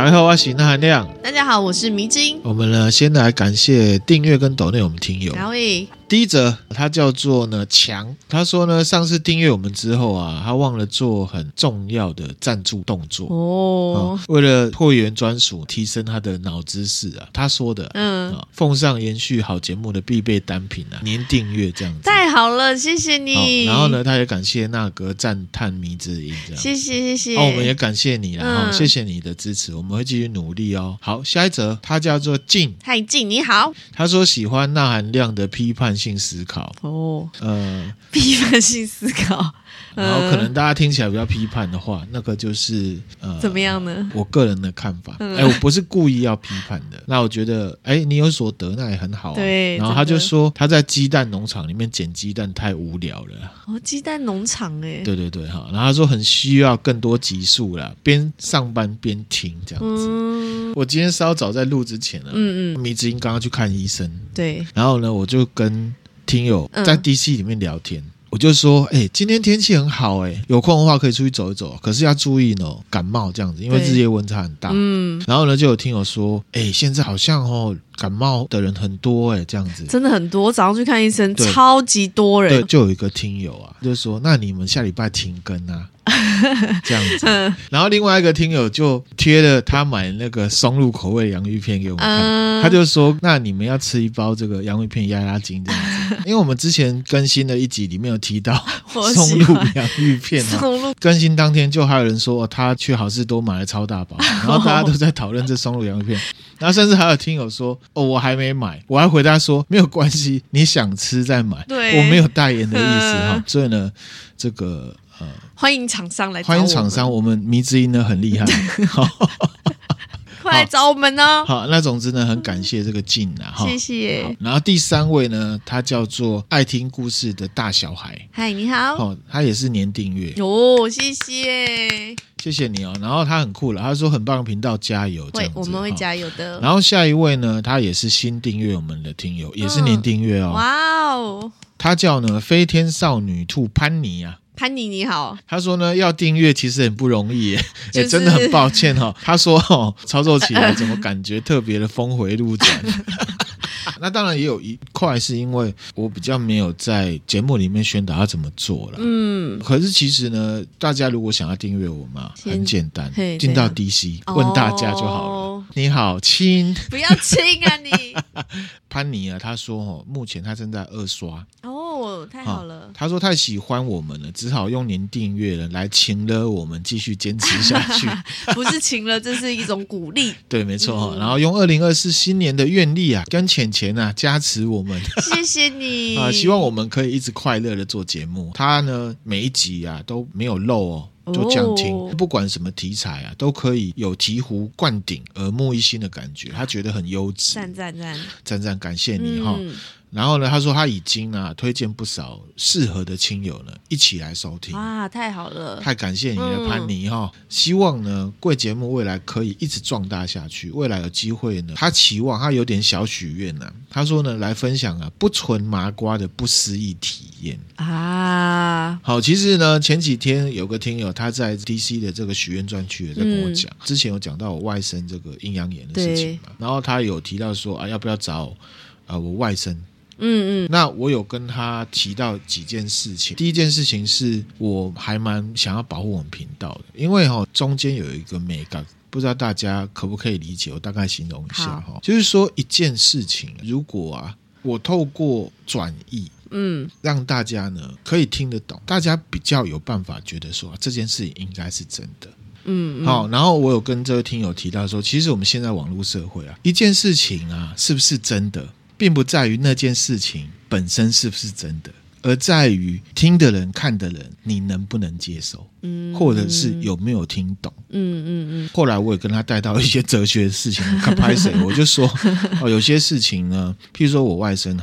大家好，我是那含亮。 大家好，我是迷之音。 我们呢，先来感谢订阅跟抖内我们听友。 哪位？ 第一则，他叫做呢强，他说呢，上次订阅我们之后啊，他忘了做很重要的赞助动作哦。为了会员专属，提升他的脑知识啊，他说的，奉上延续好节目的必备单品啊，年订阅这样子。 太好了，谢谢你。 然后呢，他也感谢那个赞叹迷之音这样。 谢谢。 我们也感谢你啦，谢谢你的支持，我们会继续努力哦。好，下一则，他叫做静。 嗨，静你好。 他说喜欢那含量的批判性思考批判性思考， 然后可能大家听起来比较批判的话，那个就是怎么样呢？ 我个人的看法，我不是故意要批判的。那我觉得，你有所得，那也很好啊。 对。 然后他就说他在鸡蛋农场里面捡鸡蛋太无聊了。 鸡蛋农场对哈。然后他说很需要更多集数啦，边上班边听这样子。我今天稍早在录之前啊，迷之音刚刚去看医生， 对。 然后呢，我就跟听友在 DC 里面聊天。我就说今天天气很好有空的话可以出去走一走，可是要注意呢感冒这样子，因为日夜温差很大。然后呢就有听友说现在好像感冒的人很多这样子。 真的很多，早上去看医生超级多人。 对，就有一个听友啊就说那你们下礼拜停更啊这样子。然后另外一个听友就贴了他买那个松露口味洋芋片给我们看，他就说那你们要吃一包这个洋芋片压压惊这样子。因为我们之前更新的一集里面有提到松露洋芋片更新当天就还有人说他去好市多买了超大包，然后大家都在讨论这松露洋芋片。然后甚至还有听友说我还没买，我还回答说没有关系，你想吃再买，我没有代言的意思所以呢这个欢迎厂商来找欢迎厂商，我们迷之音呢很厉害快来找我们哦。 好，那总之呢很感谢这个静谢谢。 然后第三位呢他叫做爱听故事的大小孩。 嗨，你好。 他也是年订阅谢谢。 谢谢你然后他很酷了，他说很棒的频道加油这样子。 我们会加油的。 然后下一位呢他也是新订阅我们的听友，也是年订阅哇哦。他叫呢飞天少女兔潘妮啊。 潘妮你好。 他说呢要订阅其实很不容易真的很抱歉他说操作起来怎么感觉特别的峰回路转那当然也有一块是因为我比较没有在节目里面宣导要怎么做了可是其实呢大家如果想要订阅我嘛很简单，进到 DC 问大家就好了。你好亲不要亲啊你潘妮啊他说目前他正在二刷太好了他说太喜欢我们了，只好用年订阅了来请了我们继续坚持下去不是请了，这是一种鼓励对没错然后用2024新年的愿力跟钱钱加持我们谢谢你希望我们可以一直快乐的做节目。他呢每一集都没有漏就这样听不管什么题材都可以有醍醐灌顶耳目一新的感觉，他觉得很优质。赞感谢你然后呢他说他已经推荐不少适合的亲友呢一起来收听。 太好了， 太感谢你的潘妮希望呢贵节目未来可以一直壮大下去，未来有机会呢他期望他有点小许愿他说呢来分享不纯麻瓜的不思议体验好，其实呢前几天有个听友他在 DC 的这个许愿专区也在跟我讲之前有讲到我外甥这个阴阳眼的事情嘛，然后他有提到说要不要找我外甥那我有跟他提到几件事情。第一件事情是我还蛮想要保护我们频道的，因为中间有一个美感，不知道大家可不可以理解，我大概形容一下就是说一件事情如果我透过转译让大家呢可以听得懂，大家比较有办法觉得说这件事情应该是真的然后我有跟这位听友提到说其实我们现在网络社会一件事情是不是真的并不在于那件事情本身是不是真的，而在于听的人看的人你能不能接受或者是有没有听懂后来我也跟他带到一些哲学的事情看拍谁我就说有些事情呢譬如说我外甥好了，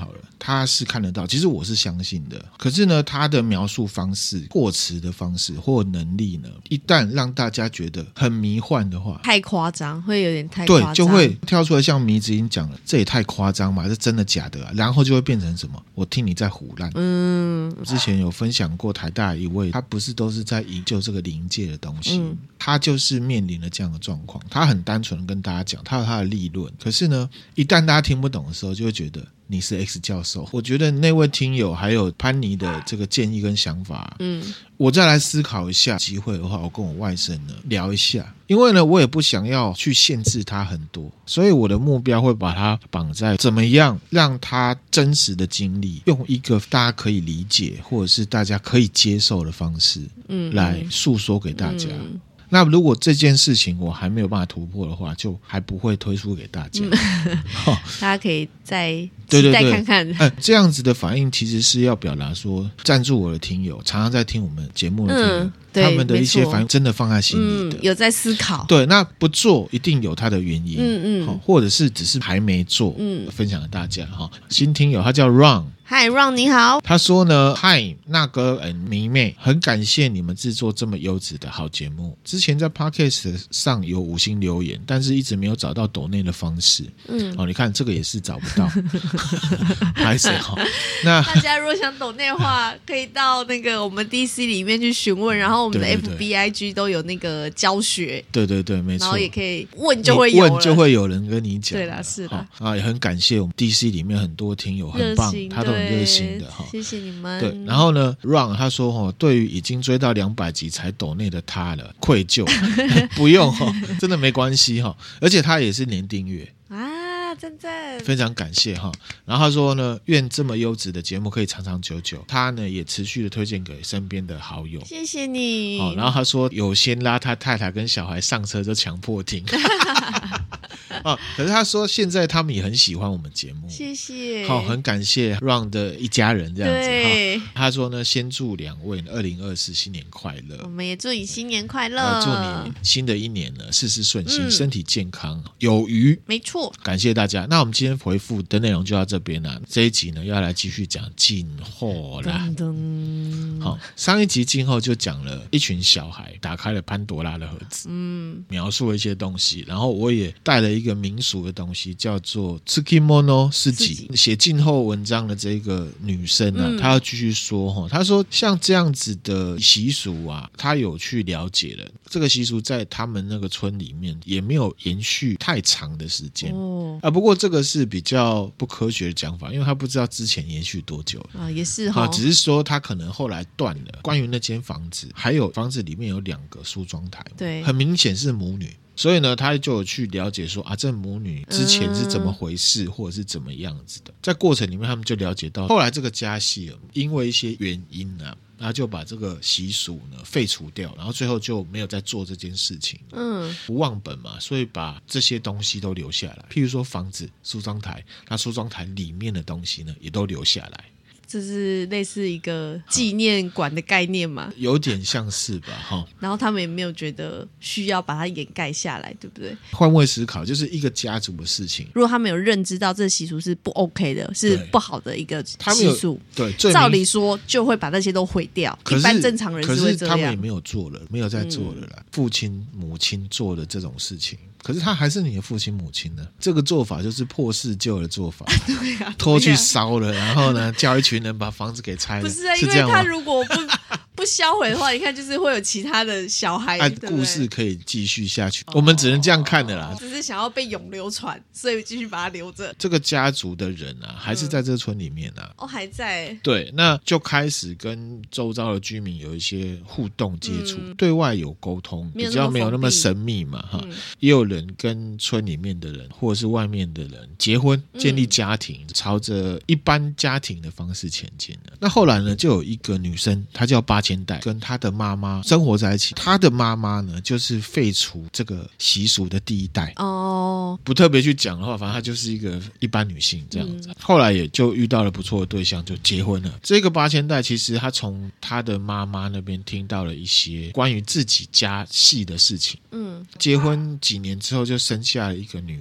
他是看得到，其实我是相信的。可是呢，他的描述方式、措辞的方式或能力呢，一旦让大家觉得很迷幻的话， 太夸张，会有点太夸张， 对，就会跳出来像迷子音讲了，这也太夸张嘛，这真的假的啊？然后就会变成什么？我听你在唬烂。之前有分享过台大一位，他不是都是在研究这个灵界的东西，他就是面临了这样的状况。他很单纯的跟大家讲，他有他的立论，可是呢，一旦大家听不懂的时候，就会觉得你是 X 教授。我觉得那位听友还有潘妮的这个建议跟想法，我再来思考一下，机会的话，我跟我外甥呢聊一下，因为呢，我也不想要去限制他很多，所以我的目标会把他绑在怎么样让他真实的经历，用一个大家可以理解或者是大家可以接受的方式，来诉说给大家。那如果这件事情我还没有办法突破的话，就还不会推出给大家。 大家可以再期待看看。 这样子的反应其实是要表达说，赞助我的听友，常常在听我们节目的听友，他们的一些反应真的放在心里的， 有在思考。 对，那不做一定有他的原因，或者是只是还没做，分享给大家。新听友他叫 Ron。 嗨 Ron 你好， 他说呢，嗨那哥迷妹，很感谢你们制作这么优质的好节目。之前在 Podcast 上有5星留言，但是一直没有找到抖内的方式。你看这个也是找不到，拍谁哈？那大家如果想抖内的话，可以到那个我们 DC 里面去询问，然后我们的 FBIG 都有那个教学。对，没错。然后也可以问就会有了， 问就会有人跟你讲。 对啦，是啦。 也很感谢我们 DC 里面很多听友很棒，他都很热心的哈， 谢谢你们。 对，然后呢 ，Ron 他说对于已经追到200集才抖内的他了，愧疚，不用真的没关系而且他也是年订阅啊，赞赞， 非常感谢然后他说呢，愿这么优质的节目可以长长久久。他呢也持续的推荐给身边的好友， 谢谢你。 然后他说有先拉他太太跟小孩上车就强迫听。可是他说现在他们也很喜欢我们节目， 谢谢。 很感谢 Ron 的一家人这样子。 对， 他说呢，先祝2位2024新年快乐。 我们也祝你新年快乐， 祝你新的一年呢事事顺心，身体健康有余。 没错， 感谢大家。那我们今天回复的内容就到这边了。这一集呢要来继续讲进货啦。好，上一集进货就讲了一群小孩打开了潘多拉的盒子，描述了一些东西，然后我也带了一个民俗的东西，叫做 Tsukimono 四级。写进后文章的这个女生啊，她要继续说她说像这样子的习俗啊，她有去了解了。这个习俗在他们那个村里面也没有延续太长的时间不过这个是比较不科学的讲法，因为她不知道之前延续多久也是只是说她可能后来断了。关于那间房子，还有房子里面有2个梳妆台， 对， 很明显是母女。所以呢，他就有去了解说这母女之前是怎么回事，或者是怎么样子的。在过程里面，他们就了解到，后来这个家系因为一些原因然后就把这个习俗呢废除掉，然后最后就没有再做这件事情。不忘本嘛，所以把这些东西都留下来。譬如说房子、梳妆台，那梳妆台里面的东西呢，也都留下来。 这是类似一个纪念馆的概念嘛？ 有点像是吧然后他们也没有觉得需要把它掩盖下来，对不对？ 换位思考，就是一个家族的事情。 如果他们有认知到这习俗是不 OK 的，是不好的一个习俗， 对， 照理说就会把那些都毁掉。一般正常人是会这样， 可是他们也没有做了，没有在做了啦。父亲母亲做的这种事情，可是他还是你的父亲母亲呢。这个做法就是破四旧的做法， 对啊， 拖去烧了，然后呢叫一群人把房子给拆了。 不是因为他如果不销毁的话，你看就是会有其他的小孩， 故事可以继续下去。我们只能这样看的啦， 只是想要被永流传，所以继续把它留着。 这个家族的人还是在这个村里面还在。对， 那就开始跟周遭的居民有一些互动接触，对外有沟通，比较没有那么神秘嘛也有人跟村里面的人或者是外面的人结婚，建立家庭，朝着一般家庭的方式前进了。那后来呢，就有一个女生，她叫八千代，跟她的妈妈生活在一起。她的妈妈呢，就是废除这个习俗的第一代不特别去讲的话，反正她就是一个一般女性这样子。后来也就遇到了不错的对象，就结婚了。这个八千代其实她从她的妈妈那边听到了一些关于自己家系的事情。结婚几年之后就生下了一个女儿，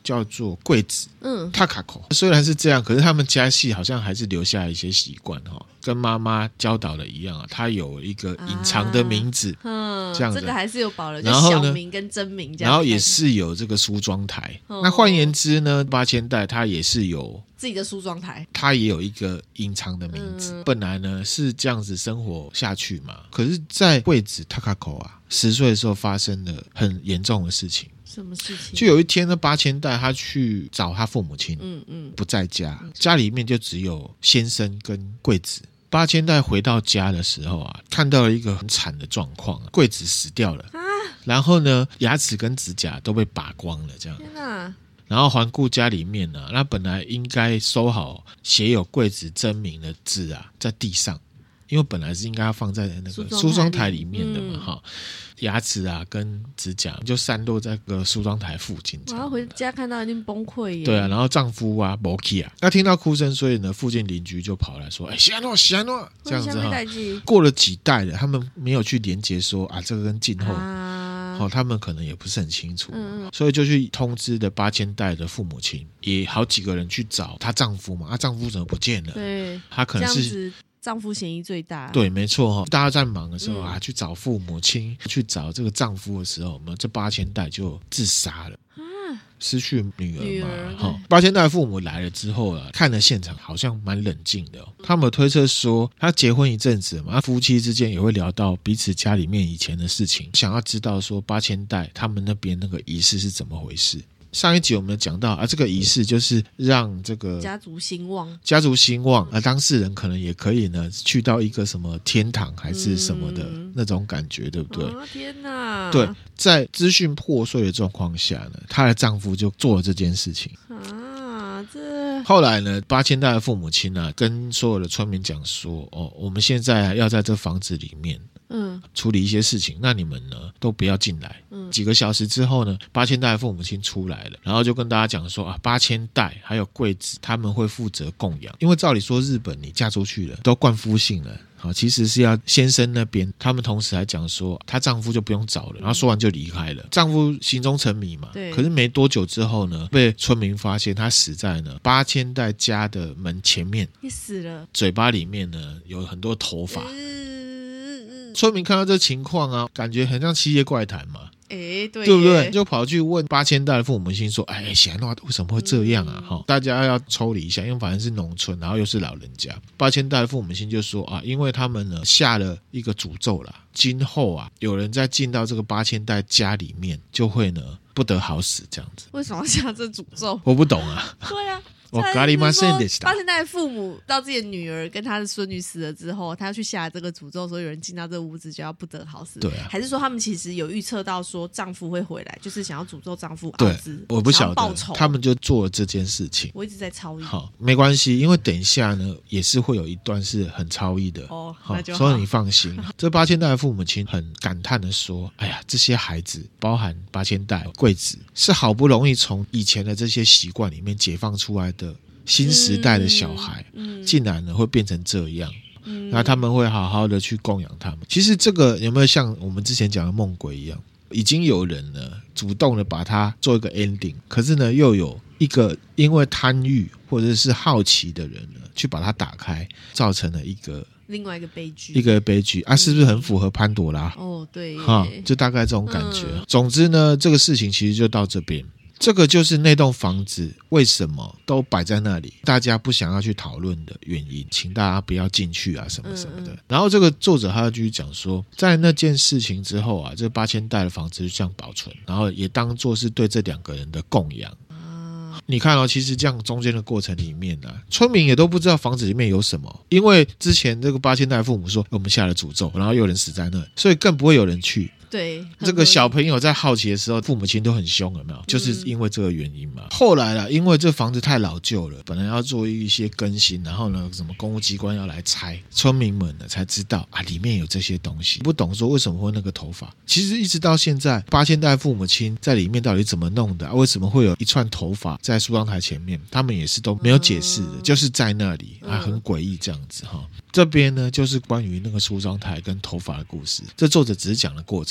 叫做贵子Takako。虽然是这样，可是他们家系好像还是留下一些习惯跟妈妈教导的一样他有一个隐藏的名字，这样子， 这个还是有保留，就小名跟真名这样。 然后也是有这个梳妆台。那换言之呢，八千代它也是有自己的梳妆台， 它也有一个隐藏的名字。本来呢是这样子生活下去嘛，可是在贵子 Takako 10岁的时候发生了很严重的事情。 什么事情？ 就有一天呢，八千代他去找他父母亲，不在家，家里面就只有先生跟贵子。八千代回到家的时候看到了一个很惨的状况，贵子死掉了然后呢，牙齿跟指甲都被拔光了，这样。天哪！然后环顾家里面那本来应该收好写有贵子真名的字在地上，因为本来是应该要放在那个梳妆台里面的嘛牙齿跟指甲就散落在个梳妆台附近。 我要回家看到一定崩溃耶。 对然后丈夫没去那听到哭声，所以呢附近邻居就跑来说西安诺这样子过了几代了，他们没有去连结说这个跟晋后他们可能也不是很清楚所以就去通知的八千代的父母亲，也好几个人去找她丈夫嘛丈夫怎么不见了？对，他可能是丈夫嫌疑最大。 对，没错大家在忙的时候去找父母亲，去找这个丈夫的时候，我们这八千代就自杀了失去女儿嘛八千代父母来了之后看了现场好像蛮冷静的他们推测说他结婚一阵子嘛，夫妻之间也会聊到彼此家里面以前的事情，想要知道说八千代他们那边那个仪式是怎么回事。上一集我们讲到这个仪式就是让这个家族兴旺当事人可能也可以呢去到一个什么天堂还是什么的那种感觉，对不对？ 天哪！ 对，在资讯破碎的状况下呢，她的丈夫就做了这件事情后来呢，八千代的父母亲跟所有的村民讲说我们现在要在这房子里面处理一些事情，那你们呢都不要进来几个小时之后呢，八千代的父母亲出来了，然后就跟大家讲说八千代还有贵子他们会负责供养，因为照理说日本你嫁出去了都冠夫姓了其实是要先生那边，他们同时还讲说她丈夫就不用找了，然后说完就离开了。丈夫心中沉迷嘛，可是没多久之后呢，被村民发现他死在呢八千代家的门前面， 你死了， 嘴巴里面呢有很多头发村民看到这情况感觉很像七夜怪谈嘛对不对？就跑去问八千代的父母亲说显然为什么会这样大家要抽离一下，因为反正是农村，然后又是老人家。八千代的父母亲就说因为他们呢下了一个诅咒啦，今后有人再进到这个八千代家里面就会呢不得好死这样子。 为什么要下这诅咒？ 我不懂对啊八千代父母到自己的女儿跟他的孙女死了之后，他要去下这个诅咒，说有人进到这个屋子就要不得好死。 对还是说他们其实有预测到说丈夫会回来，就是想要诅咒丈夫对我不晓得他们就做了这件事情。 我一直在超意好，没关系，因为等一下呢也是会有一段是很超意的那就好， 所以你放心这八千代的父母亲很感叹的说这些孩子包含八千代贵子是好不容易从以前的这些习惯里面解放出来的新时代的小孩竟然呢会变成这样那他们会好好的去供养他们。其实这个有没有像我们之前讲的梦鬼一样，已经有人呢主动的把它做一个 ending， 可是呢又有一个因为贪欲或者是好奇的人呢去把它打开，造成了另外一个悲剧是不是很符合潘朵拉对就大概这种感觉总之呢这个事情其实就到这边。这个就是那栋房子为什么都摆在那里，大家不想要去讨论的原因，请大家不要进去什么什么的然后这个作者他就继续讲说，在那件事情之后这八千代的房子就这样保存，然后也当作是对这两个人的供养你看其实这样中间的过程里面村民也都不知道房子里面有什么，因为之前这个八千代的父母说我们下了诅咒，然后有人死在那，所以更不会有人去。 对， 这个小朋友在好奇的时候父母亲都很凶，有没有？就是因为这个原因嘛后来因为这房子太老旧了，本来要做一些更新，然后呢什么公务机关要来拆，村民们呢才知道里面有这些东西，不懂说为什么会那个头发。其实一直到现在八千代父母亲在里面到底怎么弄的为什么会有一串头发在梳妆台前面，他们也是都没有解释的就是在那里很诡异这样子这边呢就是关于那个梳妆台跟头发的故事，这作者只是讲了过程，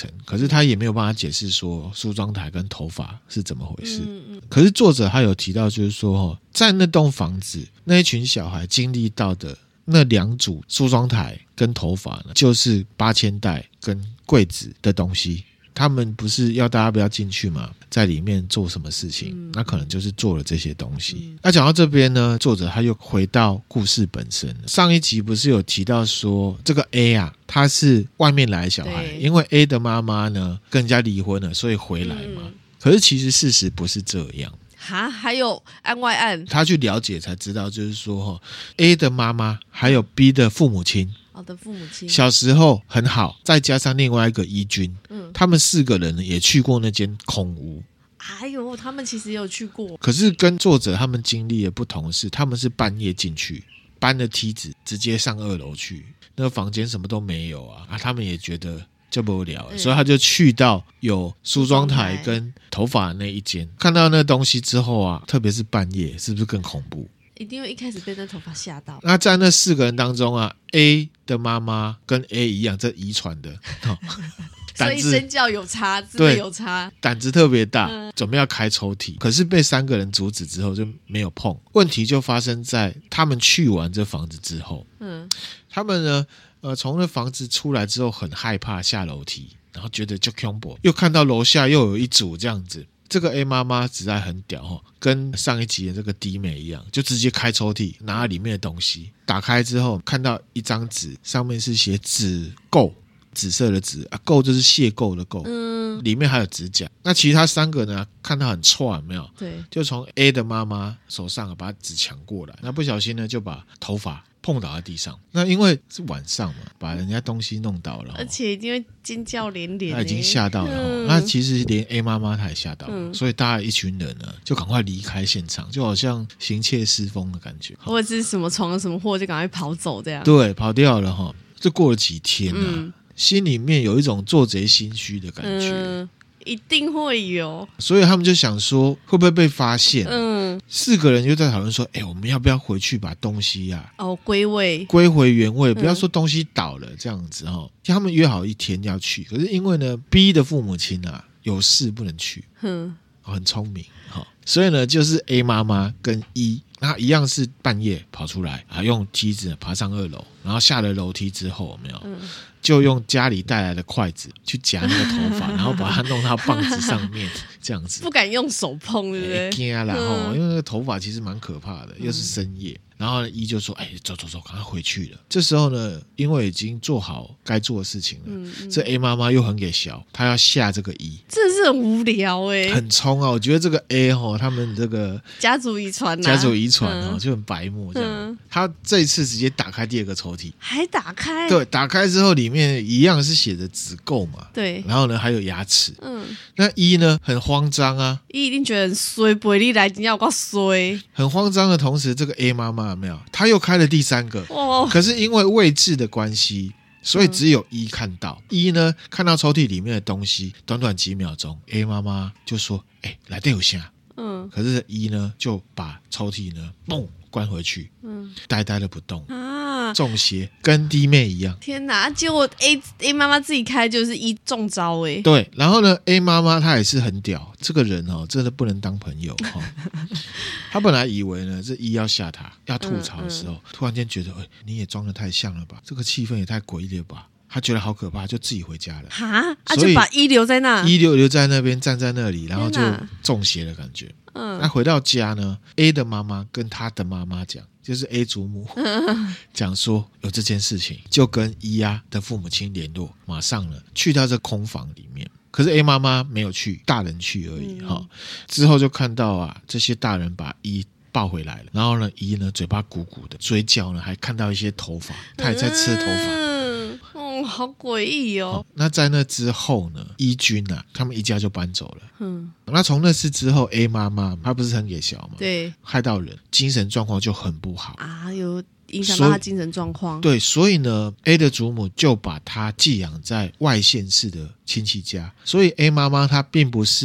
程，可是他也没有办法解释说梳妆台跟头发是怎么回事。可是作者他有提到，就是说在那栋房子那一群小孩经历到的那2组梳妆台跟头发呢，就是8000袋跟柜子的东西。他们不是要大家不要进去嘛，在里面做什么事情，那可能就是做了这些东西。那讲到这边呢，作者他又回到故事本身了。上一集不是有提到说这个 A 啊，他是外面来的小孩，因为 A 的妈妈呢跟人家离婚了，所以回来嘛。可是其实事实不是这样。 还有案外案， 他去了解才知道，就是说A 的妈妈还有 B 的父母亲小时候很好，再加上另外一个依君，他们4个人呢也去过那间空屋。 哎呦，他们其实有去过， 可是跟作者他们经历的不同是，他们是半夜进去，搬了梯子直接上2楼去，那个房间什么都没有啊，他们也觉得就无聊，所以他就去到有梳妆台跟头发那一间，看到那东西之后啊，特别是半夜，是不是更恐怖？ 一定会一开始被那头发吓到。 那在那4个人当中啊 ，A 的妈妈跟 A 一样，这遗传的， 所以身教有差，真的有差， 胆子特别大，准备要开抽屉，可是被3个人阻止之后就没有碰。问题就发生在他们去完这房子之后，他们呢，从那房子出来之后很害怕下楼梯，然后觉得就恐怖，又看到楼下又有一组这样子。这个 A 妈妈实在很屌，跟上一集的这个 D 妹一样，就直接开抽屉拿了里面的东西，打开之后看到一张纸，上面是写纸垢，紫色的纸啊，垢就是邂逅的垢，里面还有指甲。那其他3个呢，看到很臭，有没有？对，就从 A 的妈妈手上把纸抢过来，那不小心呢就把头发碰倒在地上。那因为是晚上嘛，把人家东西弄倒了， 而且一定会尖叫连连， 他已经吓到了。那其实连 A 妈妈她也吓到了，所以大家一群人呢就赶快离开现场，就好像行窃失风的感觉， 或者是什么闯了什么祸就赶快跑走这样。 对，跑掉了这过了几天心里面有一种做贼心虚的感觉。 一定会有， 所以他们就想说会不会被发现。4个人就在讨论说，我们要不要回去把东西归回原位，不要说东西倒了这样子他们约好一天要去，可是因为呢 B 的父母亲有事不能去，很聪明所以呢就是 A 妈妈跟 E， 那一样是半夜跑出来用梯子爬上2楼，然后下了楼梯之后有没有就用家里带来的筷子去夹那个头发，然后把它弄到棒子上面，这样子不敢用手碰，对不对？ 怕啦因为那个头发其实蛮可怕的，又是深夜。然后呢，一就说：“走，赶快回去了。”这时候呢，因为已经做好该做的事情了，这 A 妈妈又很给小，她要吓这个一， 真的是很无聊很冲我觉得这个 A 他们这个家族遗传就很白目这样。他这一次直接打开第2个抽屉， 还打开？ 对，打开之后里面一样是写着纸垢嘛， 对， 然后呢还有牙齿。那一呢很慌张啊， 一定觉得很衰，不会来今天我够衰， 很慌张的同时，这个 A 妈妈有没有？她又开了第3个，可是因为位置的关系，所以只有一看到。一呢看到抽屉里面的东西，短短几秒钟 ，A 妈妈就说：“来对有下。”可是一呢就把抽屉呢嘣关回去，呆呆的不动中邪，跟弟妹一样。 天哪！结果 A 妈妈自己开就是一中招对，然后呢 A 妈妈她也是很屌，这个人真的不能当朋友她本来以为呢这一要吓她要吐槽的时候，突然间觉得你也装得太像了吧，这个气氛也太诡异了吧，他觉得好可怕，就自己回家了。 就把一留在那， 一留在那边站在那里，然后就中邪的感觉。那回到家呢 ，A 的妈妈跟他的妈妈讲，就是 A 祖母讲说有这件事情，就跟一的父母亲联络，马上呢去到这空房里面。可是 A 妈妈没有去，大人去而已之后就看到这些大人把一抱回来了，然后呢一呢嘴巴鼓鼓的，嘴角呢还看到一些头发，他也在吃头发。 好诡异那在那之后呢，一军他们一家就搬走了。那从那次之后 ，A 妈妈她不是很给小嘛， 对， 害到人，精神状况就很不好有影响到他精神状况。 对，所以呢 ，A 的祖母就把他寄养在外县市的亲戚家，所以 A 妈妈她并不是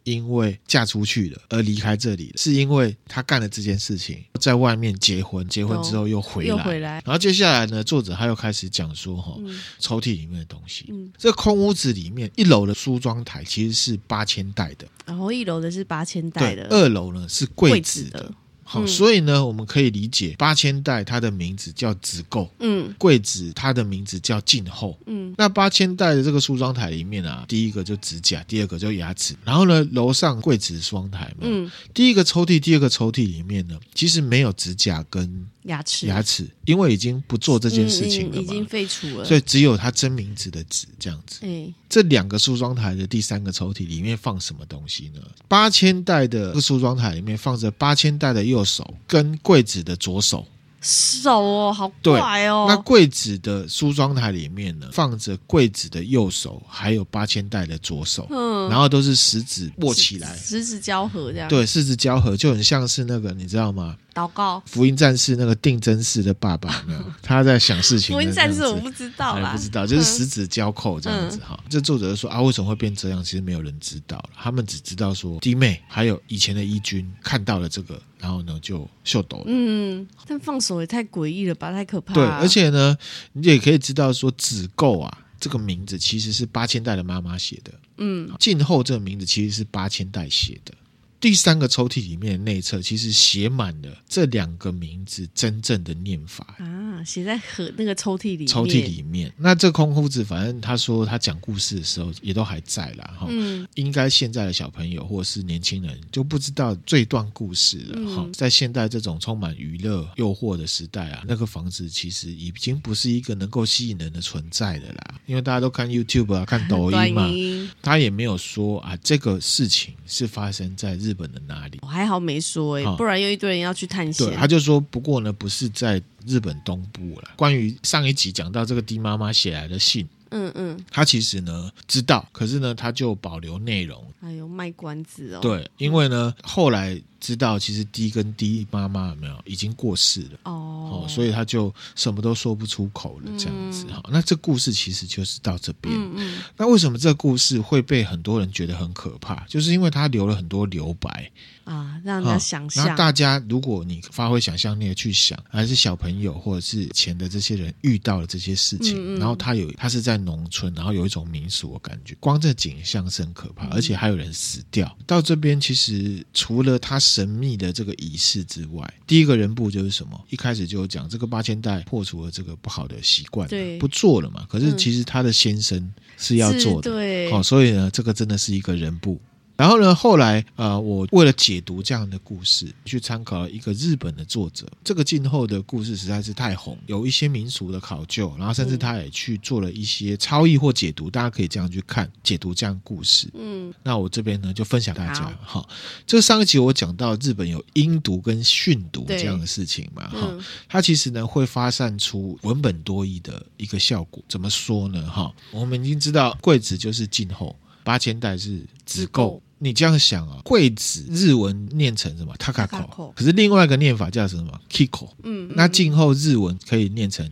因为嫁出去了而离开这里，是因为她干了这件事情，在外面结婚之后又回来。然后接下来呢，作者他又开始讲说抽屉里面的东西。这空屋子里面1楼的梳妆台其实是8000代的， 然后1楼的是8000代的 ，2楼呢是柜子的。好，所以呢，我们可以理解8000代它的名字叫子构，柜子它的名字叫静候。那8000代的这个梳妆台里面啊，第一个就指甲，第二个就牙齿，然后呢，楼上柜子双台嘛，第一个抽屉、第二个抽屉里面呢，其实没有指甲跟牙齿，因为已经不做这件事情了嘛， 已经废除了， 所以只有它真名字的纸这样子。这2个梳妆台的第3个抽屉里面放什么东西呢？8000代的这个梳妆台里面放着8000代的右手跟柜子的左手。 手哦，好怪哦。 那柜子的梳妆台里面呢，放着柜子的右手还有8000代的左手，然后都是食指握起来， 十指交合这样。 对，十指交合就很像是那个，你知道吗？ 祷告福音战士那个定真寺的爸爸有没有？他在想事情。 福音战士我不知道啦， 不知道，就是十指交扣这样子哈。这作者说啊，为什么会变这样？其实没有人知道了，他们只知道说弟妹还有以前的义军看到了这个，然后呢就秀抖了。 但放手也太诡异了吧，太可怕了。 对，而且呢，你也可以知道说子构啊这个名字其实是8000代的妈妈写的。静候这个名字其实是8000代写的。第3个抽屉里面的内侧其实写满了这2个名字真正的念法啊，写在那个抽屉里面。那这空屋子反正他说他讲故事的时候也都还在啦，应该现在的小朋友或是年轻人就不知道这段故事了。在现代这种充满娱乐诱惑的时代啊，那个房子其实已经不是一个能够吸引人的存在的啦，因为大家都看 YouTube 啊，看抖音嘛，他也没有说啊这个事情是发生在日本的哪里， 还好没说不然有一堆人要去探险。 对，他就说不过呢不是在日本东部啦。关于上一集讲到这个丁妈妈写来的信，他其实呢知道，可是呢他就保留内容， 还有卖关子哦。 对，因为呢后来知道其实 D 跟 D 妈妈有没有已经过世了所以他就什么都说不出口了这样子。那这故事其实就是到这边。那为什么这个故事会被很多人觉得很可怕，就是因为他留了很多留白啊，让人家想象。 那大家如果你发挥想象力去想，还是小朋友或者是前的这些人遇到了这些事情，然后他是在农村，然后有一种民俗的感觉，光这景象是很可怕，而且还有人死掉。到这边其实除了他神秘的这个仪式之外，第一个人部就是什么？一开始就讲这个8000代破除了这个不好的习惯，不做了嘛。可是其实他的先生是要做的，对，所以呢，这个真的是一个人部。然后呢，后来我为了解读这样的故事，去参考了一个日本的作者。这个静候的故事实在是太红，有一些民俗的考究，然后甚至他也去做了一些超译或解读，大家可以这样去看解读这样的故事。那我这边呢就分享大家。这上一集我讲到日本有音读跟训读这样的事情嘛，它其实呢会发散出文本多义的一个效果。怎么说呢？我们已经知道柜子就是静候，8000代是子构。你这样想啊，柜子日文念成什么 takako， 可是另外一个念法叫什么 kiko， 那静候日文可以念成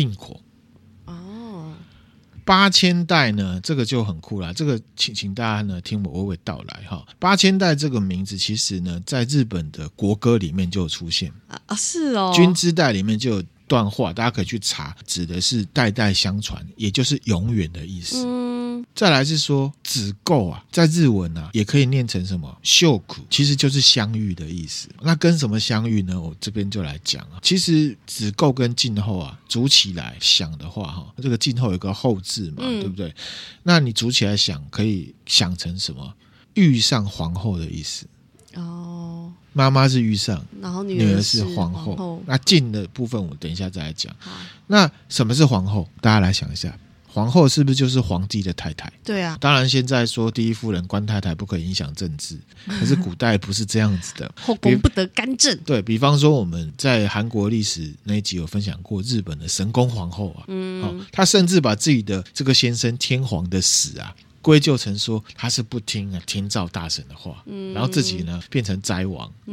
kinko。8000代呢，这个就很酷啦，这个请大家呢听我娓娓道来哈。8000代这个名字其实呢，在日本的国歌里面就有出现是哦， 君之代里面就有段话，大家可以去查，指的是代代相传，也就是永远的意思。再来是说子构啊，在日文啊也可以念成什么秀苦，其实就是相遇的意思。那跟什么相遇呢？我这边就来讲啊。其实子构跟静候啊组起来想的话这个静候有个后字嘛，对不对？那你组起来想，可以想成什么？遇上皇后的意思。妈妈是遇上， 然后女儿是皇后。那静的部分我等一下再来讲。那什么是皇后？大家来想一下，皇后是不是就是皇帝的太太？ 对啊。 当然现在说第一夫人官太太不可以影响政治，可是古代不是这样子的。 后宫不得干政。 对，比方说我们在韩国历史那一集有分享过日本的神宫皇后啊，她甚至把自己的这个先生天皇的死啊归咎成说他是不听天照大神的话，然后自己呢变成灾王。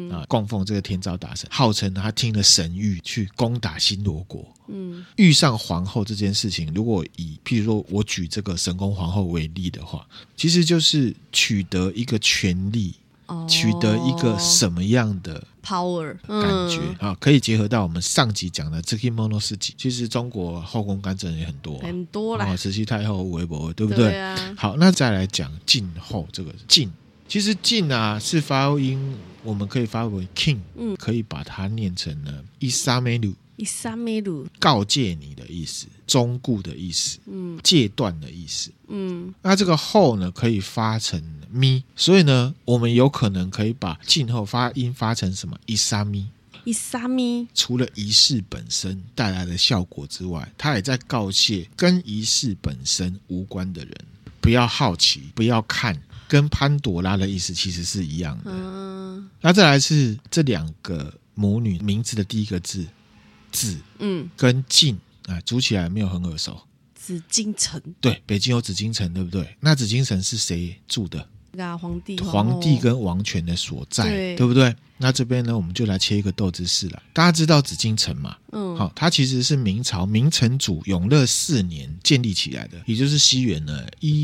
供奉这个天照大神，号称他听了神谕去攻打新罗国。遇上皇后这件事情，如果以譬如说我举这个神宫皇后为例的话，其实就是取得一个权力，取得一个什么样的 power 感觉可以结合到我们上集讲的 Tsukimono 其实中国后宫干政也很多啦，慈禧太后微博，对不对？ 对啊。 好，那再来讲晋后这个晋，其实晋是发音我们可以发为 king，可以把它念成了伊萨梅鲁，告诫你的意思，忠固的意思，戒断的意思。那这个后呢可以发成咪，所以呢我们有可能可以把晋后发音发成什么伊萨咪。除了仪式本身带来的效果之外，它也在告诫跟仪式本身无关的人不要好奇，不要看，跟潘朵拉的意思其实是一样的。那再来是这两个母女名字的第一个字紫，跟晋组起来没有很耳熟。 紫禁城， 对，北京有紫禁城，对不对？那紫禁城是谁住的？ 皇帝跟王权的所在，对不对？那这边呢我们就来切一个斗知识了。大家知道紫禁城嘛？它其实是明朝明成祖永乐4年建立起来的，也就是西元呢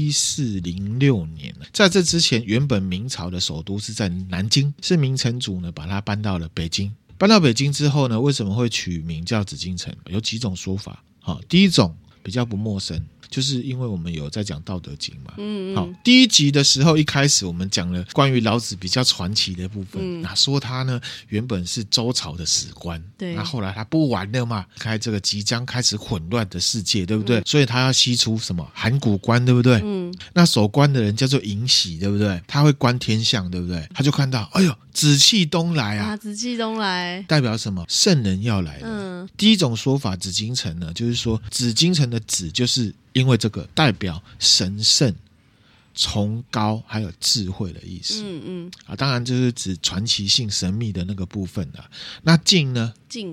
1406年。在这之前，原本明朝的首都是在南京，是明成祖呢把它搬到了北京。搬到北京之后呢，为什么会取名叫紫禁城？有几种说法。第一种比较不陌生，就是因为我们有在讲道德经嘛。好，第一集的时候一开始我们讲了关于老子比较传奇的部分，说他呢原本是周朝的史官，那后来他不玩了嘛，开这个即将开始混乱的世界，对不对？所以他要西出什么函谷关，对不对？那守关的人叫做尹喜，对不对？他会观天象，对不对？他就看到哎呦紫气东来啊， 紫气东来代表什么？圣人要来了。第一种说法，紫禁城呢就是说紫禁城的紫就是因为这个代表神圣、崇高还有智慧的意思。当然就是指传奇性神秘的那个部分啦。那晋呢？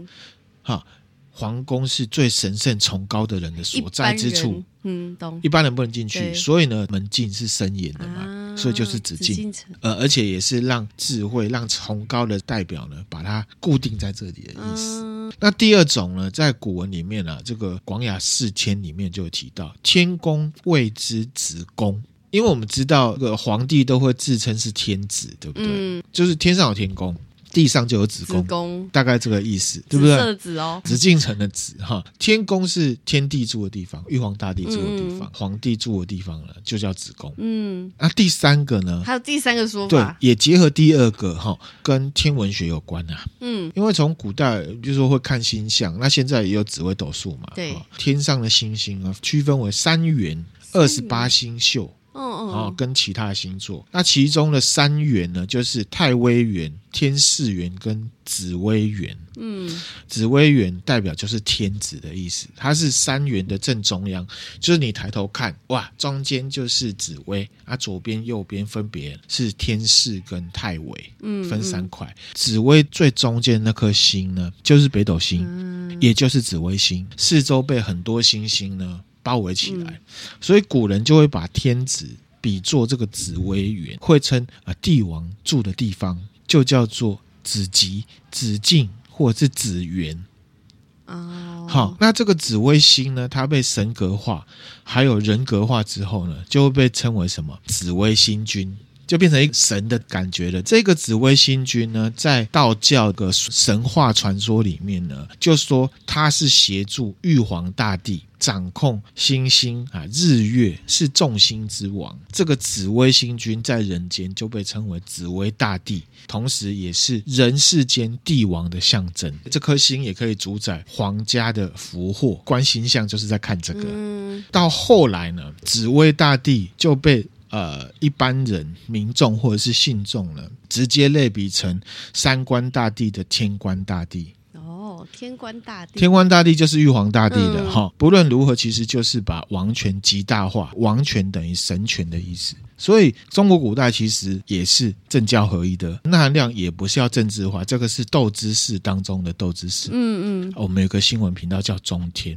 皇宫是最神圣崇高的人的所在之处。懂。一般人不能进去，所以呢门禁是森严的嘛，所以就是紫禁。而且也是让智慧、让崇高的代表呢把它固定在这里的意思。那第二种呢，在古文里面这个广雅四千里面就有提到天宫谓之子宫，因为我们知道这个皇帝都会自称是天子，对不对？就是天上有天宫，地上就有子宫，大概这个意思，对不对？紫色子哦， 紫禁城的紫天宫是天帝住的地方，玉皇大帝住的地方，皇帝住的地方呢就叫子宫。那第三个呢？ 还有第三个说法， 对，也结合第二个跟天文学有关啊。因为从古代就是说会看星象，那现在也有紫微斗数嘛。 对， 天上的星星区分为3元28星宿。跟其他的星座，那其中的3元呢，就是太微元、天士元跟紫微元。紫微元代表就是天子的意思，它是3元的正中央，就是你抬头看，哇，中间就是紫微左边右边分别是天士跟太微，分3块。紫微最中间那颗星呢，就是北斗星，也就是紫微星，四周被很多星星呢包围起来，所以古人就会把天子比作这个紫微垣，会称帝王住的地方就叫做紫极、紫禁或者是紫园。好，那这个紫微星呢，它被神格化还有人格化之后呢，就会被称为什么？紫微星君，就变成一个神的感觉了。这个紫微星君呢，在道教的神话传说里面呢，就说他是协助玉皇大帝掌控星星日月，是众星之王。这个紫微星君在人间就被称为紫微大帝，同时也是人世间帝王的象征。这颗星也可以主宰皇家的福祸，观星象就是在看这个。到后来呢，紫微大帝就被一般人民众或者是信众呢，直接类比成三官大帝的天官大帝。 天官大帝， 天官大帝就是玉皇大帝的不论如何，其实就是把王权极大化，王权等于神权的意思。所以中国古代其实也是政教合一的，那含量也不是要政治化，这个是斗知识当中的斗知识。我们有个新闻频道叫中天嘛，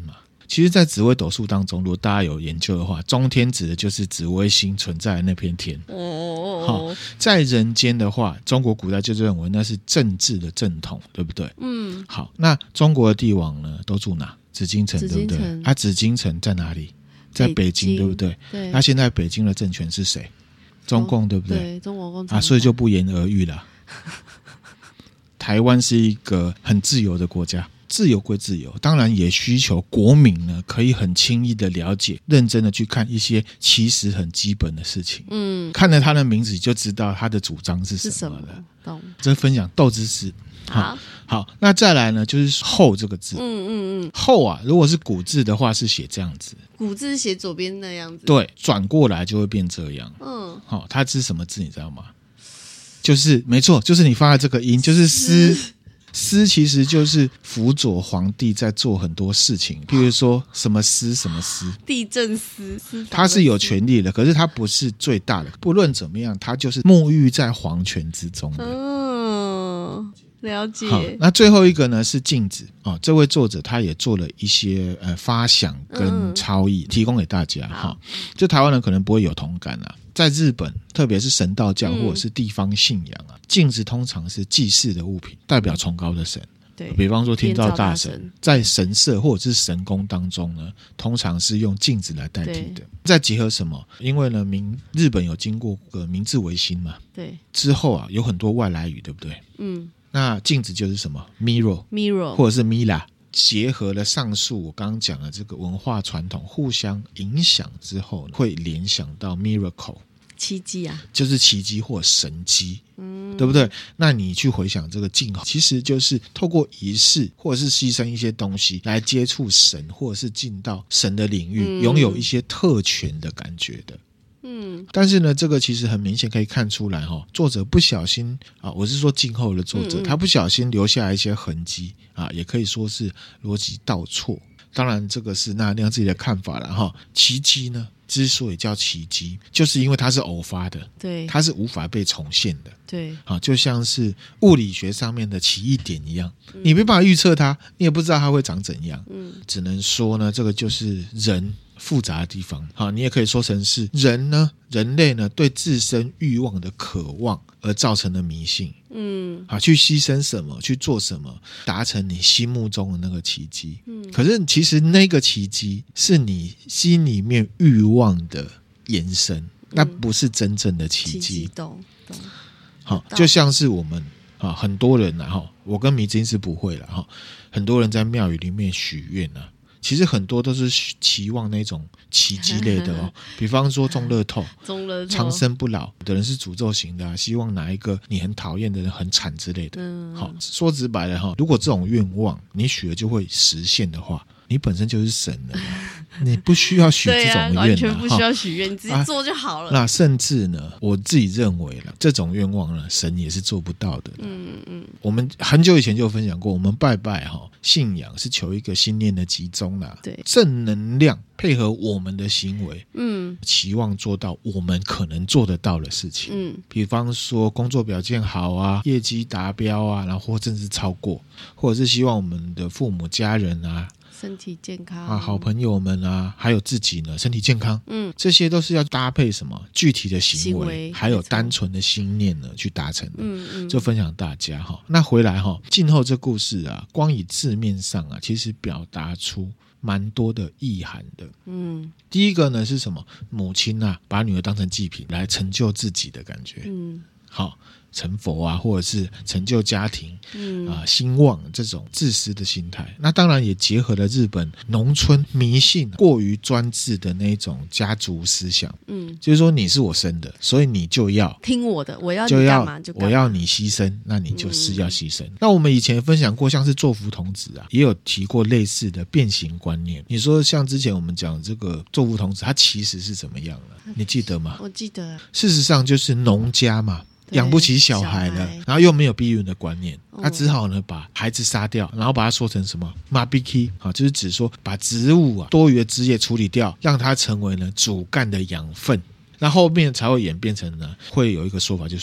其实在紫微斗数当中，如果大家有研究的话，中天指的就是紫微星存在的那片天。在人间的话，中国古代就认为那是政治的正统，对不对？好，那中国的帝王呢都住哪？紫禁城，对不对？紫禁城在哪里？在北京，对不对？ 对。 那现在北京的政权是谁？中共，对不对？ 对，中国共产党。 所以就不言而喻了。台湾是一个很自由的国家，自由归自由，当然也需求国民呢可以很轻易的了解，认真的去看一些其实很基本的事情。看了他的名字就知道他的主张是什么了。懂。这分享斗知识。好，那再来呢就是后这个字。后啊，如果是古字的话是写这样子， 古字写左边那样子， 对，转过来就会变这样。它是什么字你知道吗？就是没错，就是你发的这个音，就是司。司其实就是辅佐皇帝在做很多事情，譬如说什么司什么司， 地震司， 他是有权力的，可是他不是最大的。不论怎么样，他就是沐浴在皇权之中的。 了解。 好，那最后一个呢是镜子。这位作者他也做了一些发想跟超译，提供给大家。就台湾人可能不会有同感啊，在日本特别是神道教或者是地方信仰啊，镜子通常是祭祀的物品，代表崇高的神。 对， 比方说天照大神，在神社或者是神宫当中呢，通常是用镜子来代替的。再结合什么？因为呢，日本有经过个明治维新嘛， 对， 之后啊有很多外来语，对不对？那镜子就是什么 mirror 或者是 mira， 结合了上述我刚刚讲的这个文化传统互相影响之后，会联想到 miracle， 奇迹啊， 就是奇迹或神迹。对不对？那你去回想这个镜后，其实就是透过仪式或者是牺牲一些东西来接触神，或者是进到神的领域，拥有一些特权的感觉的。但是呢，这个其实很明显可以看出来作者不小心我是说镜后的作者，他不小心留下一些痕迹也可以说是逻辑倒错。当然这个是那亮自己的看法了奇迹呢之所以叫奇迹，就是因为它是偶发的， 对， 它是无法被重现的， 对， 就像是物理学上面的奇异点一样，你没办法预测它，你也不知道它会长怎样，只能说呢，这个就是人复杂的地方。你也可以说成是人类呢对自身欲望的渴望而造成的迷信。去牺牲什么，去做什么，达成你心目中的那个奇迹。可是其实那个奇迹是你心里面欲望的延伸，那不是真正的奇迹。 懂。 好，就像是我们很多人我跟迷津是不会了很多人在庙宇里面许愿其实很多都是期望那种奇迹类的比方说中乐透长生不老，有的人是诅咒型的希望哪一个你很讨厌的人很惨之类的。说直白了如果这种愿望你许了就会实现的话，你本身就是神了你不需要许这种愿完全不需要许愿，你自己做就好了。 那甚至呢，我自己认为了这种愿望呢，神也是做不到的。我们很久以前就分享过，我们拜拜信仰是求一个心念的集中啦， 对， 正能量配合我们的行为，期望做到我们可能做得到的事情。比方说工作表现好业绩达标然后或甚至超过，或者是希望我们的父母家人身体健康好朋友们还有自己呢身体健康，这些都是要搭配什么具体的行为还有单纯的心念呢去达成的。就分享大家那回来静后这故事光以字面上其实表达出蛮多的意涵的。第一个呢是什么？母亲把女儿当成祭品来成就自己的感觉。好，成佛或者是成就家庭兴旺这种自私的心态。那当然也结合了日本农村迷信过于专制的那种家族思想。就是说你是我生的，所以你就要听我的，我要你干嘛就干嘛， 我要你牺牲，那你就是要牺牲。那我们以前分享过，像是座敷童子也有提过类似的变形观念。你说像之前我们讲这个座敷童子，它其实是怎么样了？你记得吗？ 我记得。 事实上就是农家嘛，养不起小孩了，然后又没有避孕的观念，他只好呢把孩子杀掉，然后把它说成什么 mabiki 就是指说把植物多余的枝叶处理掉，让它成为呢主干的养分。那后面才会演变成呢，会有一个说法，就是说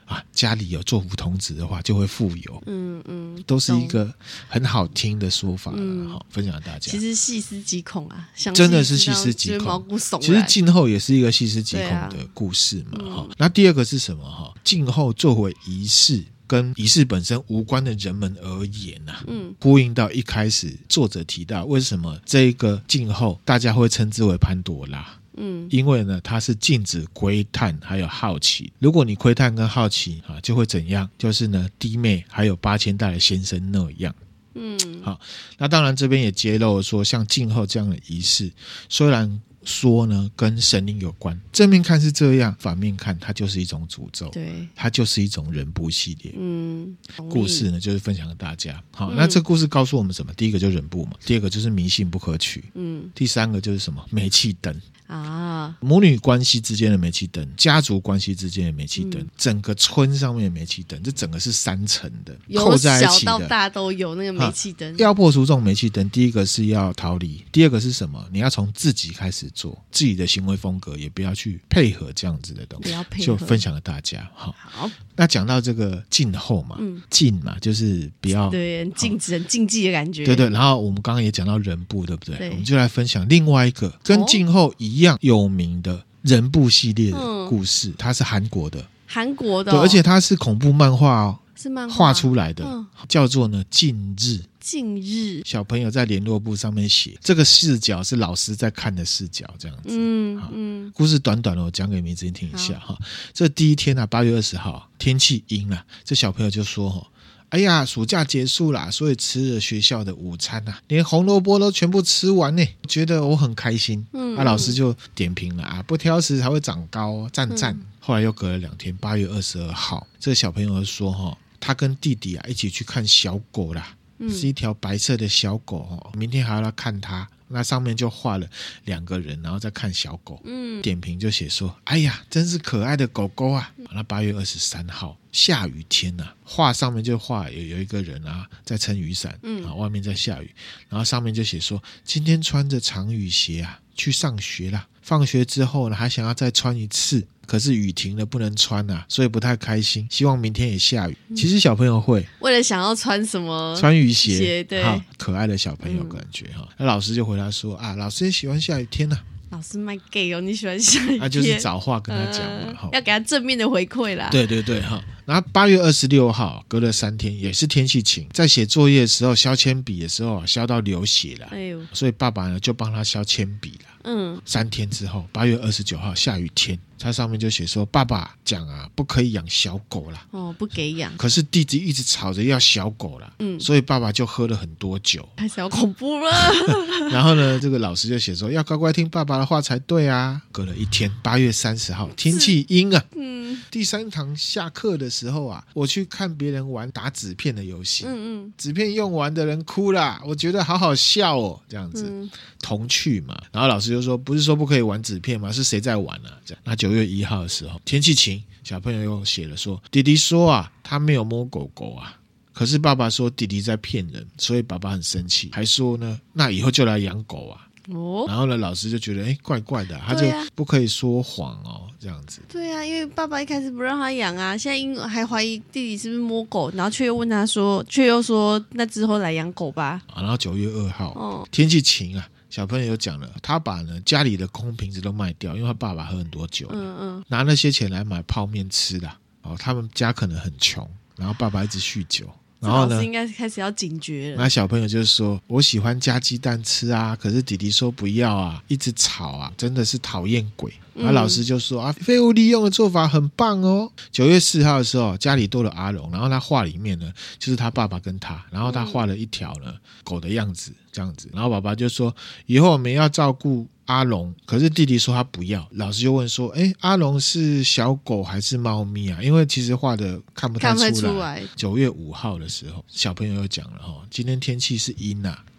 家里有做胡童子的话就会富有，都是一个很好听的说法好，分享给大家。 其实细思极恐啊， 真的是细思极恐， 毛骨悚然。 其实静候也是一个细思极恐的故事嘛。那第二个是什么？静候作为仪式跟仪式本身无关的人们而言呼应到一开始作者提到为什么这个静候大家会称之为潘朵拉。因为呢它是禁止窥探还有好奇，如果你窥探跟好奇就会怎样，就是呢弟妹还有8000代的先生那样。好，那当然这边也揭露了说像静候这样的仪式虽然说呢跟神灵有关，正面看是这样，反面看它就是一种诅咒，对，它就是一种人不系列。故事呢就是分享给大家。好，那这故事告诉我们什么？第一个就是人不嘛，第二个就是迷信不可取，第三个就是什么？煤气灯母女关系之间的煤气灯，家族关系之间的煤气灯，整个村上面的煤气灯，这整个是3层的，扣在一起的， 由小到大都有那个煤气灯。 要破除这种煤气灯，第一个是要逃离，第二个是什么？你要从自己开始做，自己的行为风格也不要去配合这样子的东西，就分享给大家。好，那讲到这个静候嘛，禁嘛就是不要， 对，禁止很禁忌的感觉， 对，然后我们刚刚也讲到人部，对不对？我们就来分享另外一个跟静候一样有名的人部系列的故事，它是韩国的，对，而且它是恐怖漫画是漫画画出来的，叫做呢禁日。小朋友在联络簿上面写，这个视角是老师在看的视角，这样子。故事短短的，我讲给明子听一下哈。这第一天8月20号，天气阴了，这小朋友就说哎呀，暑假结束啦，所以吃了学校的午餐连红萝卜都全部吃完呢，觉得我很开心。老师就点评了不挑食才会长高，赞赞。后来又隔了2天，8月22号，这个小朋友说他跟弟弟一起去看小狗啦，是一条白色的小狗明天还要来看它。那上面就画了2个人，然后再看小狗。点评就写说，哎呀，真是可爱的狗狗啊。那8月23号下雨天画上面就画有一个人在撑雨伞，外面在下雨，然后上面就写说，今天穿着长雨鞋去上学啦，放学之后呢还想要再穿一次，可是雨停了不能穿所以不太开心，希望明天也下雨。其实小朋友会为了想要穿什么穿雨鞋， 对， 可爱的小朋友感觉那老师就回答说老师也喜欢下雨天老师卖 gay 你喜欢下雨天就是找话跟他讲嘛， 要给他正面的回馈啦。 对然后8月26号隔了3天也是天气晴，在写作业的时候削铅笔的时候削到流血了，所以爸爸呢就帮他削铅笔了。3天之后8月29号下雨天，他上面就写说，爸爸讲不可以养小狗啦， 不给养， 可是弟弟一直吵着要小狗啦，所以爸爸就喝了很多酒， 开始要恐怖了。 然后呢这个老师就写说，要乖乖听爸爸的话才对隔了1天8月30号天气阴第3堂下课的时候我去看别人玩打纸片的游戏，纸片用完的人哭啦，我觉得好好笑这样子，童趣嘛。然后老师就说，不是说不可以玩纸片吗？是谁在玩这样。那9月1号的时候天气晴，小朋友又写了说，弟弟说他没有摸狗狗可是爸爸说弟弟在骗人，所以爸爸很生气，还说呢那以后就来养狗然后呢老师就觉得怪怪的，他就不可以说谎这样子。 对啊，因为爸爸一开始不让他养现在因还怀疑弟弟是不是摸狗，然后却又问他说，却又说那之后来养狗吧。 然后9月2号天气晴小朋友有讲了，他把呢家里的空瓶子都卖掉，因为他爸爸喝很多酒拿那些钱来买泡面吃的他们家可能很穷，然后爸爸一直酗酒，然后呢老师应该开始要警觉了。 那小朋友就是说，我喜欢加鸡蛋吃可是弟弟说不要一直吵真的是讨厌鬼。然后老师就说废物利用的做法很棒9月4号的时候家里多了阿龙，然后他画里面呢就是他爸爸跟他，然后他画了一条呢狗的样子这样子，然后爸爸就说以后我们要照顾阿龙，可是弟弟说他不要。老师就问说阿龙是小狗还是猫咪因为其实画的看不太出来。9月5号的时候小朋友又讲了今天天气是阴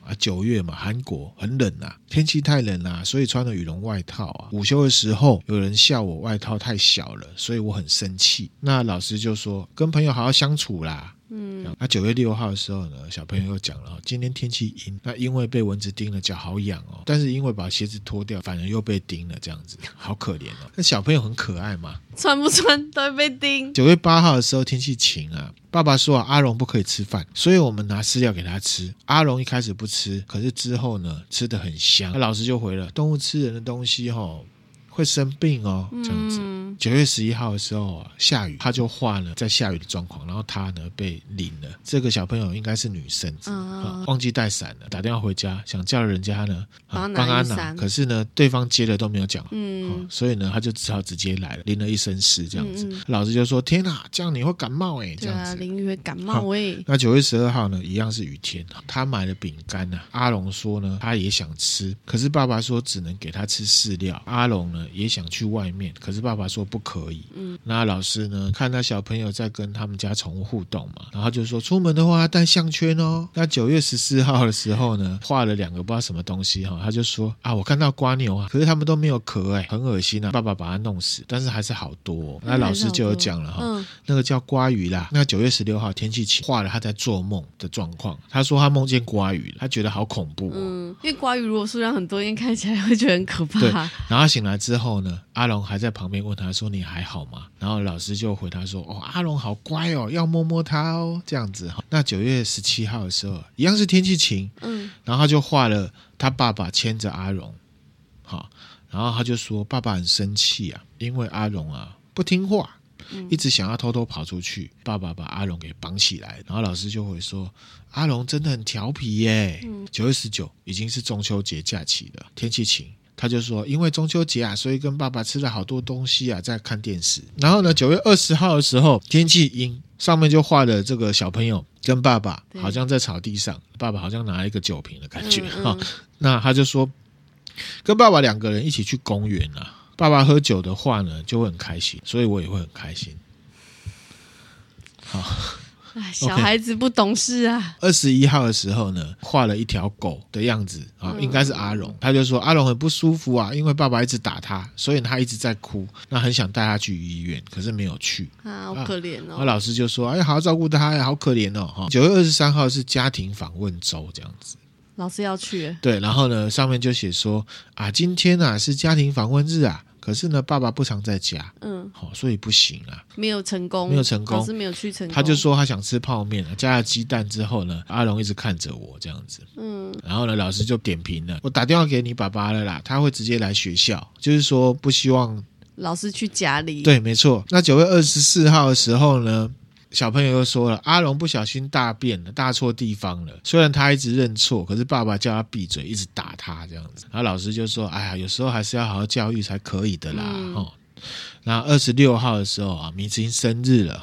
9月嘛，韩国很冷啊，天气太冷啊，所以穿了羽绒外套啊。午休的时候有人笑我外套太小了，所以我很生气。那老师就说跟朋友好好相处啦。那9月6号的时候呢，小朋友又讲了，今天天气阴，那因为被蚊子叮了脚好痒哦，但是因为把鞋子脱掉反而又被叮了，这样子好可怜哦。那小朋友很可爱嘛， 穿不穿都会被叮。 9月8号的时候天气晴啊，爸爸说阿荣不可以吃饭，所以我们拿饲料给他吃。阿荣一开始不吃，可是之后呢吃得很香。那老师就回了，动物吃人的东西会生病哦，这样子。9月11号的时候下雨，他就画了在下雨的状况，然后他呢被淋了。这个小朋友应该是女生子，忘记带伞了，打电话回家想叫人家呢帮他拿，可是呢对方接了都没有讲，所以呢他就只好直接来了，淋了一身湿这样子。老师就说天哪，这样你会感冒这样子。 淋雨会感冒那9月12号呢一样是雨天，他买了饼干阿荣说呢他也想吃，可是爸爸说只能给他吃饲料。阿荣呢也想去外面，可是爸爸说不可以。那老师呢看他小朋友在跟他们家宠物互动嘛，然后就说出门的话要带项圈哦。那9月14号的时候呢画了2个不知道什么东西他就说我看到蝸牛可是他们都没有壳很恶心爸爸把它弄死，但是还是好多那老师就有讲了那个叫瓜鱼啦。那9月16号天气晴，画了他在做梦的状况，他说他梦见瓜鱼，他觉得好恐怖因为瓜鱼如果数量很多，应该看起来会觉得很可怕。 对，然后他醒来之后呢，阿荣还在旁边问他说你还好吗？然后老师就回他说阿荣好乖要摸摸他这样子。那9月17号的时候一样是天气晴，然后他就画了他爸爸牵着阿荣，然后他就说爸爸很生气因为阿荣不听话，一直想要偷偷跑出去，爸爸把阿荣给绑起来。然后老师就会说阿荣真的很调皮耶。9月19已经是中秋节假期了，天气晴，他就说因为中秋节所以跟爸爸吃了好多东西在看电视。然后呢9月20号的时候天气阴，上面就画了这个小朋友跟爸爸好像在草地上，爸爸好像拿了一个酒瓶的感觉那他就说跟爸爸2个人一起去公园爸爸喝酒的话呢就会很开心，所以我也会很开心。好， 小孩子不懂事 21号的时候呢画了一条狗的样子应该是阿荣。他就说阿荣很不舒服因为爸爸一直打他，所以他一直在哭，那很想带他去医院，可是没有去好可怜老师就说好好照顾他好可怜9月23号是家庭访问周这样子， 老师要去对，然后呢上面就写说今天是家庭访问日可是呢爸爸不常在家所以不行没有成功，老师没有去成功。 他就说他想吃泡面加了鸡蛋之后呢阿荣一直看着我这样子然后呢老师就点评了，我打电话给你爸爸了啦，他会直接来学校，就是说不希望老师去家里。 对没错。那9月24号的时候呢小朋友又说了阿荣不小心大便了，大错地方了，虽然他一直认错，可是爸爸叫他闭嘴，一直打他这样子。然后老师就说哎呀有时候还是要好好教育才可以的啦那26号的时候明星生日了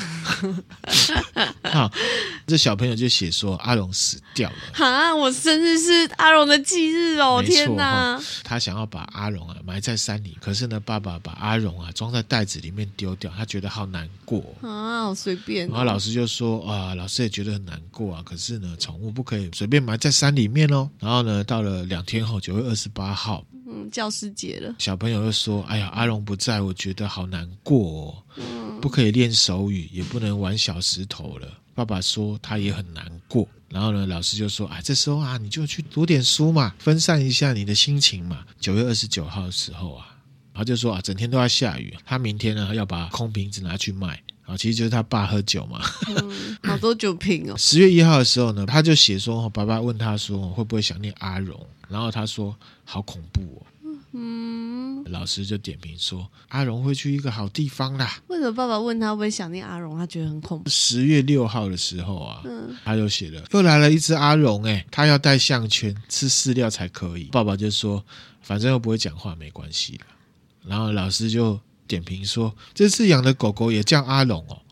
这小朋友就写说阿荣死掉了我生日是阿荣的忌日天哪他想要把阿荣埋在山里，可是呢爸爸把阿荣装在袋子里面丢掉，他觉得好难过好随便然后老师就说老师也觉得很难过可是呢宠物不可以随便埋在山里面然后呢到了2天后9月28号教师节了， 小朋友又说哎呀阿荣不在，我觉得好难过不可以练手语，也不能玩小石头了，爸爸说他也很难过。然后呢老师就说这时候你就去读点书嘛，分散一下你的心情嘛。9月29号的时候他就说整天都在下雨，他明天呢要把空瓶子拿去卖其实就是他爸喝酒嘛好多酒瓶 10月1号的时候呢他就写说爸爸问他说会不会想念阿荣，然后他说好恐怖老师就点评说阿荣会去一个好地方啦。 为什么爸爸问他会不会想念阿荣，他觉得很恐怖。 10月6号的时候他就写了又来了一只阿荣他要戴项圈吃饲料才可以，爸爸就说反正又不会讲话没关系啦。然后老师就点评说这次养的狗狗也叫阿荣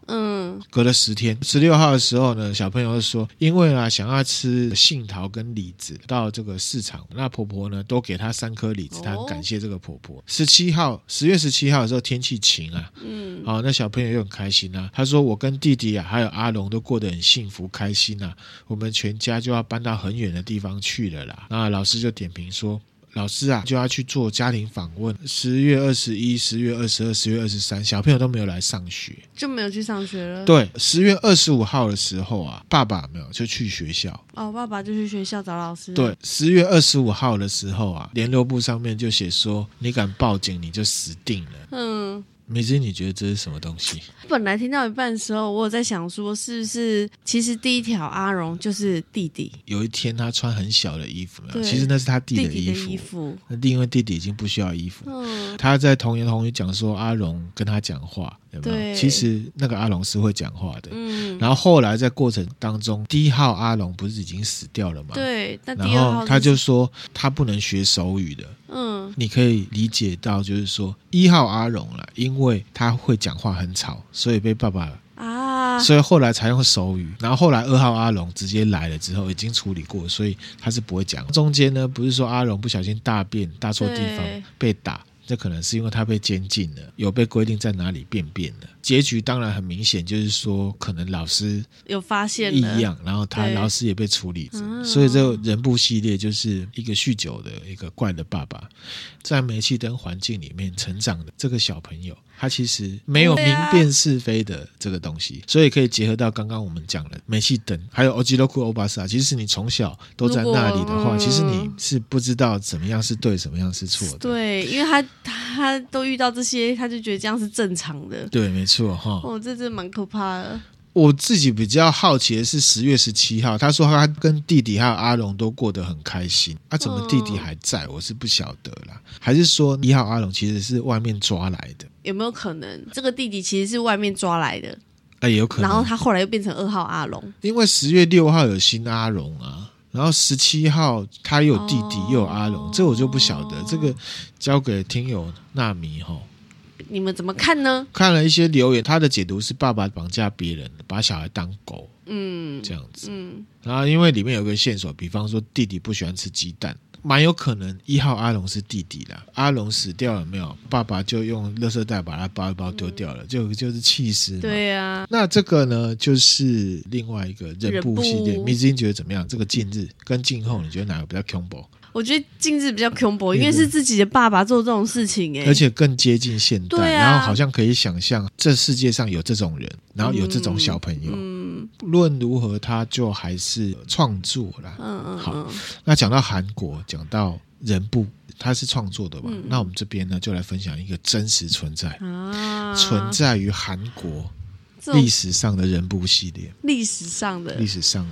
隔了10天，16号的时候呢，小朋友就说，因为想要吃杏桃跟李子，到这个市场，那婆婆呢都给她3颗李子，她很感谢这个婆婆。10月17号的时候天气晴啊，那小朋友又很开心啊，他说我跟弟弟啊还有阿龙都过得很幸福开心啊，我们全家就要搬到很远的地方去了啦。那老师就点评说，老师啊就要去做家庭访问，10月21、10月22、10月23，小朋友都没有来上学， 就没有去上学了。 对，10月25号的时候啊，爸爸没有就去学校。 爸爸就去学校找老师。 对，10月25号的时候啊，联络簿上面就写说，你敢报警你就死定了。梅子，你觉得这是什么东西？ 本来听到一半的时候，我有在想说，是不是其实第一条阿荣就是弟弟？有一天他穿很小的衣服，其实那是他弟的衣服。那因为弟弟已经不需要衣服，他在童言童语讲说阿荣跟他讲话，有没有？其实那个阿荣是会讲话的。然后后来在过程当中，第1号阿荣不是已经死掉了吗？ 对，但然后他就说他不能学手语的。你可以理解到就是说1号阿荣啦，因为他会讲话很吵，所以被爸爸所以后来才用手语。然后后来2号阿荣直接来了之后已经处理过，所以他是不会讲。中间呢不是说阿荣不小心大便大错地方被打，这可能是因为他被监禁了，有被规定在哪里便便了。结局当然很明显，就是说可能老师有发现异样，然后老师也被处理。所以这个人部系列就是一个酗酒的一个怪的爸爸，在煤气灯环境里面成长的这个小朋友，他其实没有明辨是非的这个东西，所以可以结合到刚刚我们讲的煤气灯还有 Ojiroku Obasa。其实你从小都在那里的话，其实你是不知道怎么样是对，怎么样是错的。 对，因为他都遇到这些，他就觉得这样是正常的。 对，没错哈。 这真的蛮可怕的。 我自己比较好奇的是10月17号，他说他跟弟弟还有阿龙都过得很开心。怎么弟弟还在？我是不晓得啦。还是说1号阿龙其实是外面抓来的？ 有没有可能这个弟弟其实是外面抓来的？ 也有可能。 然后他后来又变成2号阿龙， 因为10月6号有新阿龙啊，然后17号他又有弟弟又有阿龙，这我就不晓得，这个交给听友纳米齁。 你们怎么看呢？ 看了一些留言，他的解读是爸爸绑架别人，把小孩当狗，这样子。然后因为里面有个线索，比方说弟弟不喜欢吃鸡蛋，蛮有可能1号阿龙是弟弟啦。阿龙死掉了没有？爸爸就用垃圾袋把他包一包丢掉了，就是弃尸嘛。 对啊。 那这个呢，就是另外一个人部系列。米子英觉得怎么样？这个近日跟近后，你觉得哪个比较恐怖？ 我觉得近日比较恐怖，因为是自己的爸爸做这种事情而且更接近现代，然后好像可以想象这世界上有这种人，然后有这种小朋友。论如何，他就还是创作啦。好，那讲到韩国，讲到人部，他是创作的嘛？那我们这边呢，就来分享一个真实存在，存在于韩国历史上的人部系列。历史上的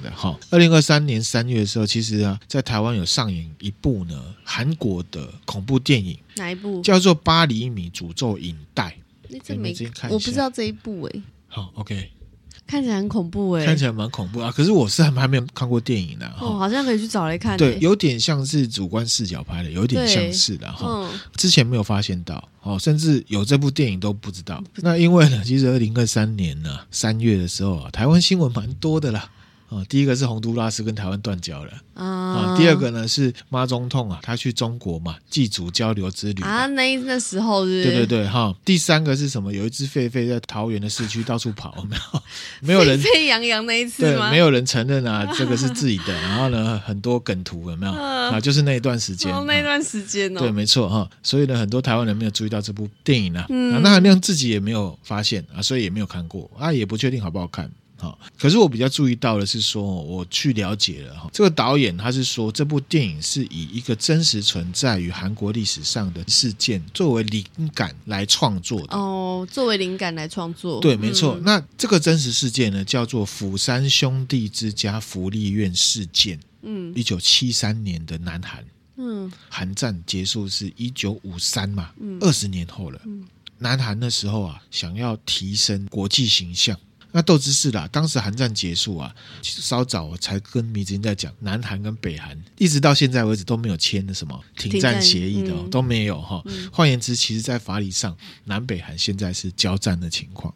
2023年3月的时候，其实啊，在台湾有上映一部呢韩国的恐怖电影。 哪一部？ 叫做《8厘米诅咒影带》。 我不知道这一部好 OK， 看起来很恐怖看起来蛮恐怖啊！可是我是还没有看过电影的。 好像可以去找来看。 对，有点像是主观视角拍的，有点像是的之前没有发现到甚至有这部电影都不知道。那因为呢，其实2023年呢3月的时候台湾新闻蛮多的啦。第一个是洪都拉斯跟台湾断交了第二个呢是马总统他去中国嘛，祭祖交流之旅那时候是对第三个是什么？有一只狒狒在桃园的市区到处跑，没有人沸沸扬扬那一次吗？ 对，没有人承认这个是自己的。然后呢，很多梗图有没有就是那一段时间那段时间对，没错所以呢，很多台湾人没有注意到这部电影那韩亮自己也没有发现所以也没有看过也不确定好不好看。可是我比较注意到的是说，我去了解了这个导演他是说，这部电影是以一个真实存在于韩国历史上的事件作为灵感来创作的作为灵感来创作。 对，没错那这个真实事件呢，叫做釜山兄弟之家福利院事件1973年的南韩韩战结束是1953嘛20年后了南韩那时候想要提升国际形象。那斗知识啦，当时韩战结束其实稍早才跟迷之音在讲，南韩跟北韩一直到现在为止都没有签的什么停战协议的都没有换言之，其实在法理上南北韩现在是交战的情况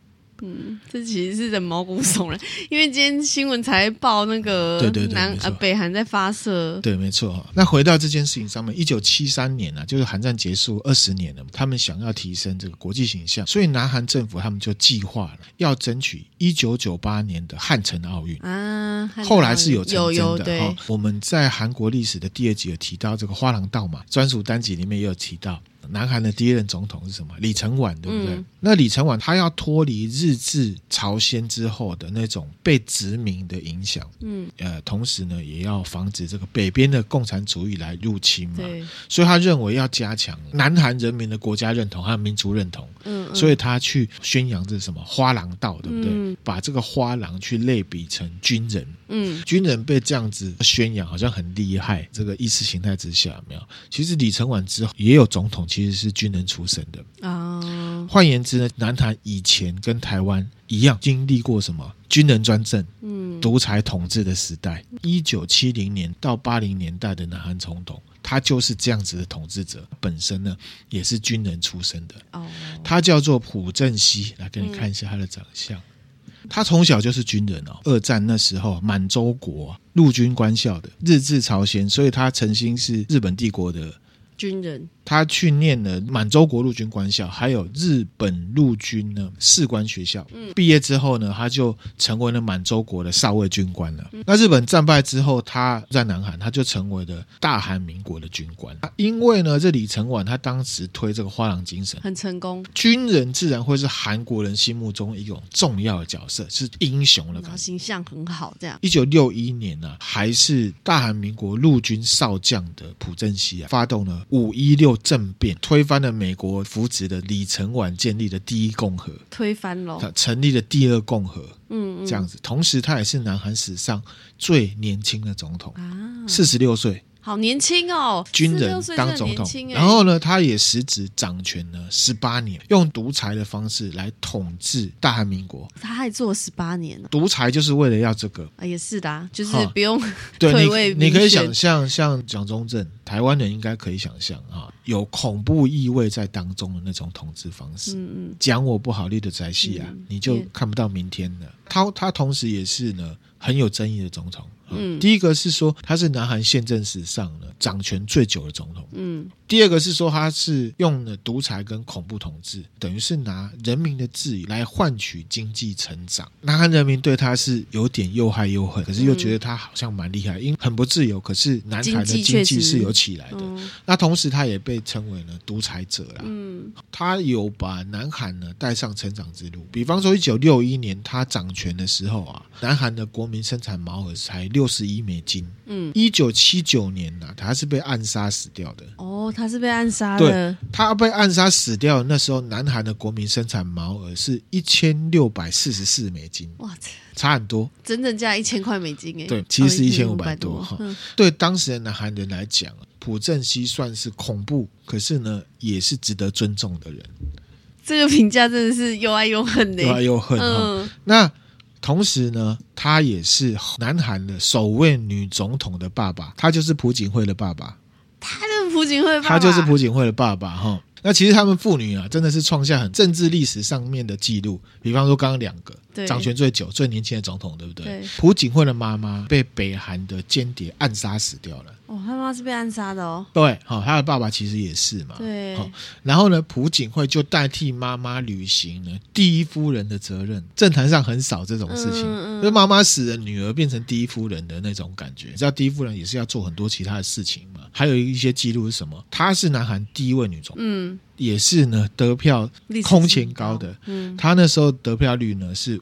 这其实是人毛骨悚然，因为今天新闻才报那个北韩在发射。 对，没错。那回到这件事情上面，1973年啊，就是韩战结束20年了，他们想要提升这个国际形象，所以南韩政府他们就计划了要争取1998年的汉城奥运啊。后来是有成真的。我们在韩国历史的第2集有提到这个花廊道嘛，专属单集里面也有提到。南韩的第一任总统是什么？李承晚，对不对？那李承晚他要脱离日治朝鲜之后的那种被殖民的影响，同时呢也要防止这个北边的共产主义来入侵嘛，所以他认为要加强南韩人民的国家认同还有民族认同，所以他去宣扬这什么花郎道，对不对？把这个花郎去类比成军人，军人被这样子宣扬好像很厉害，这个意识形态之下有没有？其实李承晚之后也有总统其实是军人出身的啊。换言之呢，南韩以前跟台湾一样经历过什么军人专政、独裁统治的时代。1970年到80年代的南韩总统，他就是这样子的统治者，本身呢也是军人出身的。他叫做朴正熙，来给你看一下他的长相。他从小就是军人哦，二战那时候满洲国陆军官校的，日治朝鲜，所以他曾经是日本帝国的军人。 他去念了满洲国陆军官校还有日本陆军呢士官学校，毕业之后呢他就成为了满洲国的少尉军官了。那日本战败之后，他在南韩他就成为了大韩民国的军官。因为呢这李承晚他当时推这个花郎精神很成功， 军人自然会是韩国人心目中一种重要的角色，是英雄的感觉， 形象很好。这样 1961年呢还是大韩民国陆军少将的朴正熙发动了516政变，推翻了美国扶植的李承晚建立的第一共和， 推翻了， 成立了第二共和，这样子。同时他也是南韩史上最年轻的总统，46岁。 好年轻哦， 军人当总统，然后呢他也实质掌权了18年，用独裁的方式来统治大韩民国。 他还做了18年了， 独裁就是为了要这个也是的啊，就是不用退位民选。 你可以想象像蒋中正，台湾人应该可以想象有恐怖意味在当中的那种统治方式。讲我不好你的宅系啊，你就看不到明天了。他同时也是呢很有争议的总统。第一个是说他是南韩宪政史上呢掌权最久的总统。第二个是说他是用了独裁跟恐怖统治，等于是拿人民的质疑来换取经济成长。南韩人民对他是有点又害又恨，可是又觉得他好像蛮厉害，因为很不自由，可是南韩的经济是有起来的。那同时他也被称为呢独裁者啦。他有把南韩呢带上成长之路。比方说1961年他掌权的时候南韩的国民生产毛额才61美金。1979年他是被暗杀死掉的。 他是被暗杀的。 对，他被暗杀死掉的那时候，南韩的国民生产毛额是1644美金。哇，差很多， 真正价1000块美金。 对，其实是1500多。对当时的南韩人来讲，朴正熙算是恐怖，可是呢也是值得尊重的人。 这个评价真的是又爱又恨的。 又爱又恨。那同时呢他也是南韩的首位女总统的爸爸，他就是朴槿惠的爸爸。 他就是朴槿惠的爸爸。 他就是朴槿惠的爸爸。那其实他们父女真的是创下很政治历史上面的记录。比方说刚刚2个掌权最久最年轻的总统，对不对？朴槿惠的妈妈被北韩的间谍暗杀死掉了。 他妈是被暗杀的。 对，他的爸爸其实也是嘛。 对。 然后呢朴槿惠就代替妈妈履行了第一夫人的责任。政坛上很少这种事情，因为妈妈死了，女儿变成第一夫人的那种感觉。你知道第一夫人也是要做很多其他的事情嘛。还有一些记录是什么？她是南韩第一位女总统。也是呢得票空前高的。她那时候得票率呢是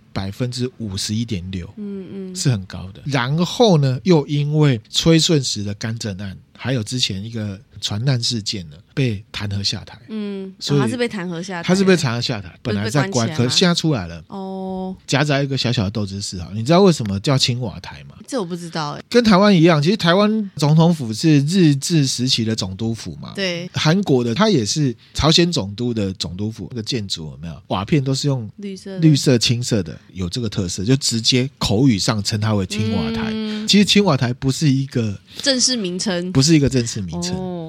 51.6%，是很高的。然后呢又因为崔顺实的干政案，还有之前一个传难事件呢被弹劾下台。 所以他是被弹劾下台。 他是被弹劾下台，本来在关，可是现在出来了。夹杂一个小小的斗知识。你知道为什么叫青瓦台吗？ 这我不知道。 跟台湾一样，其实台湾总统府是日治时期的总督府嘛。 对。 韩国的它也是朝鲜总督的总督府，那个建筑有没有瓦片都是用绿色青色的，有这个特色，就直接口语上称它为青瓦台。其实青瓦台不是一个正式名称， 不是一个正式名称。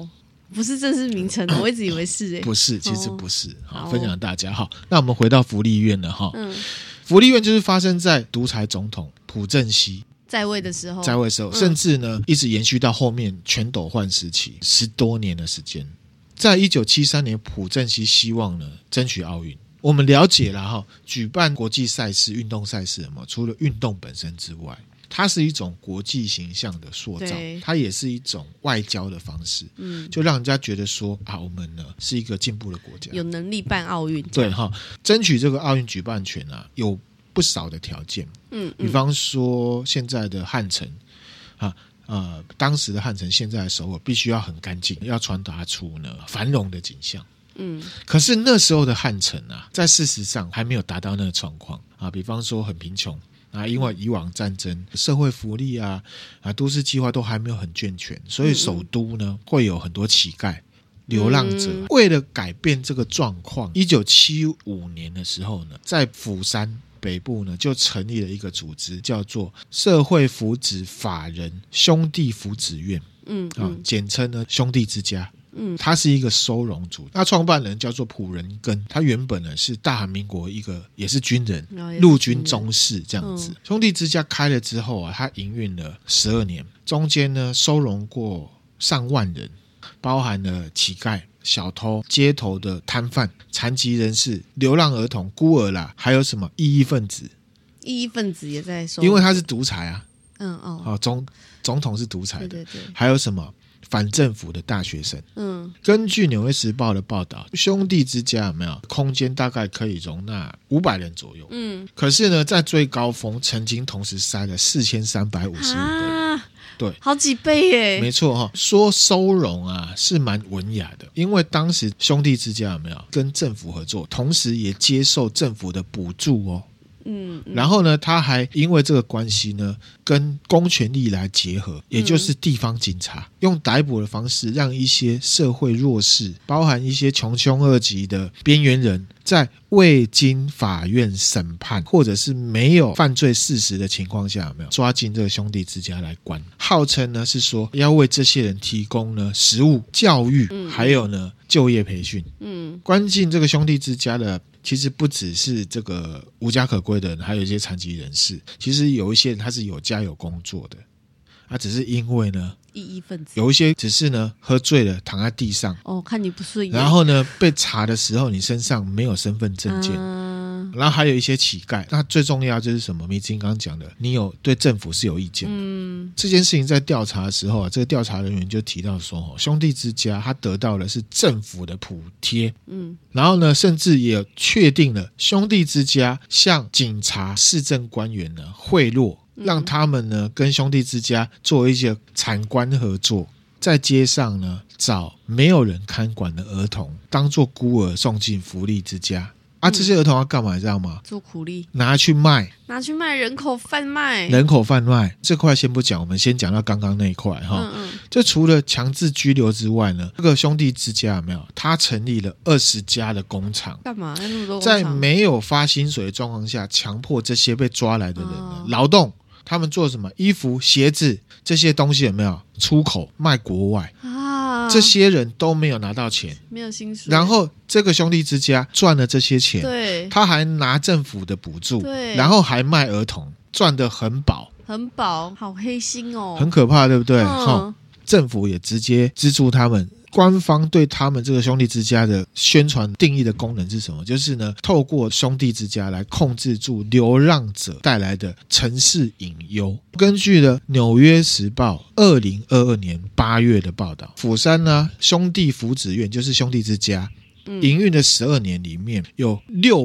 不是正式名称我一直以为是不是，其实不是。好，分享大家。好，那我们回到福利院了哈。福利院就是发生在独裁总统朴正熙在位的时候， 甚至呢一直延续到后面全斗焕时期10多年的时间。在1973年，朴正熙希望呢争取奥运。我们了解了哈，举办国际赛事、运动赛事嘛，除了运动本身之外，它是一种国际形象的塑造，它也是一种外交的方式，就让人家觉得说啊，我们呢是一个进步的国家， 有能力办奥运。 对哈，争取这个奥运举办权啊，有不少的条件。比方说现在的汉城啊，当时的汉城，现在的首尔必须要很干净，要传达出呢繁荣的景象。可是那时候的汉城啊，在事实上还没有达到那个状况啊，比方说很贫穷啊，因为以往战争、社会福利啊、都市计划都还没有很健全，所以首都呢会有很多乞丐、流浪者。为了改变这个状况，1975年的时候呢，在釜山北部呢就成立了一个组织，叫做社会福祉法人兄弟福祉院，简称呢兄弟之家。他是一个收容组，他创办人叫做朴仁根，他原本呢是大韩民国一个也是军人，陆军中士这样子。兄弟之家开了之后啊，他营运了12年，中间呢收容过上万人，包含了乞丐、小偷、街头的摊贩、残疾人士、流浪儿童、孤儿啦，还有什么异议分子。 异议分子也在收容， 因为他是独裁啊。总统是独裁的。对，还有什么反政府的大学生。根据纽约时报的报道，兄弟之家有没有空间大概可以容纳500人左右。可是呢在最高峰曾经同时塞了4355个人。对， 好几倍耶。 没错，说收容啊是蛮文雅的，因为当时兄弟之家有没有跟政府合作，同时也接受政府的补助哦。然后呢他还因为这个关系呢跟公权力来结合，也就是地方警察，用逮捕的方式让一些社会弱势，包含一些穷凶恶极的边缘人，在未经法院审判或者是没有犯罪事实的情况下，有没有抓进这个兄弟之家来关，号称呢是说要为这些人提供呢食物、教育，还有呢就业培训。关进这个兄弟之家的其实不只是这个无家可归的人，还有一些残疾人士。其实有一些人他是有家有工作的，只是因为呢异议分子， 有一些只是呢喝醉了躺在地上， 看你不顺眼， 然后呢被查的时候你身上没有身份证件，然后还有一些乞丐。那最重要就是什么？明晶刚刚讲的，你有对政府是有意见的。这件事情在调查的时候这个调查人员就提到说，兄弟之家他得到的是政府的补贴。然后呢甚至也确定了兄弟之家向警察、市政官员呢贿赂，让他们呢跟兄弟之家做一些产官合作，在街上呢找没有人看管的儿童当作孤儿送进福利之家。这些儿童要干嘛你知道吗？ 做苦力， 拿去卖人口贩卖。 这块先不讲，我们先讲到刚刚那一块这除了强制拘留之外呢，这个兄弟之家有没有他成立了20家的工厂。 干嘛那么多工厂？ 在没有发薪水的状况下，强迫这些被抓来的人呢劳动。他们做什么？衣服、鞋子这些东西有没有出口卖国外这些人都没有拿到钱， 没有薪水。 然后这个兄弟之家赚了这些钱， 对， 他还拿政府的补助，对，然后还卖儿童，赚得很饱， 好黑心哦， 很可怕，对不对？政府也直接资助他们。官方对他们这个兄弟之家的宣传定义的功能是什么？就是呢，透过兄弟之家来控制住流浪者带来的城市隐忧。根据呢纽约时报2022年8月的报道，釜山呢兄弟福祉院就是兄弟之家营运的12年里面，有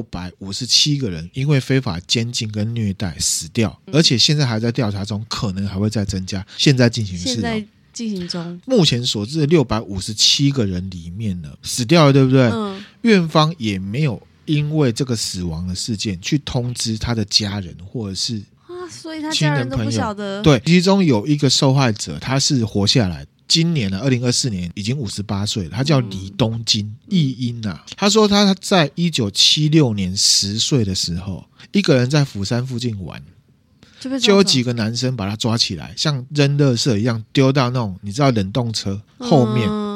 657个人因为非法监禁跟虐待死掉，而且现在还在调查中，可能还会再增加。现在进行中，目前所知的657个人里面呢死掉了，对不对？院方也没有因为这个死亡的事件去通知他的家人或者是所以他家人都不晓得。 对，其中有一个受害者他是活下来，今年2024年已经58岁了，他叫李东金，译音他说他在1976年10岁的时候，一个人在釜山附近玩，就有几个男生把他抓起来，像扔垃圾一样丢到那种你知道冷冻车后面，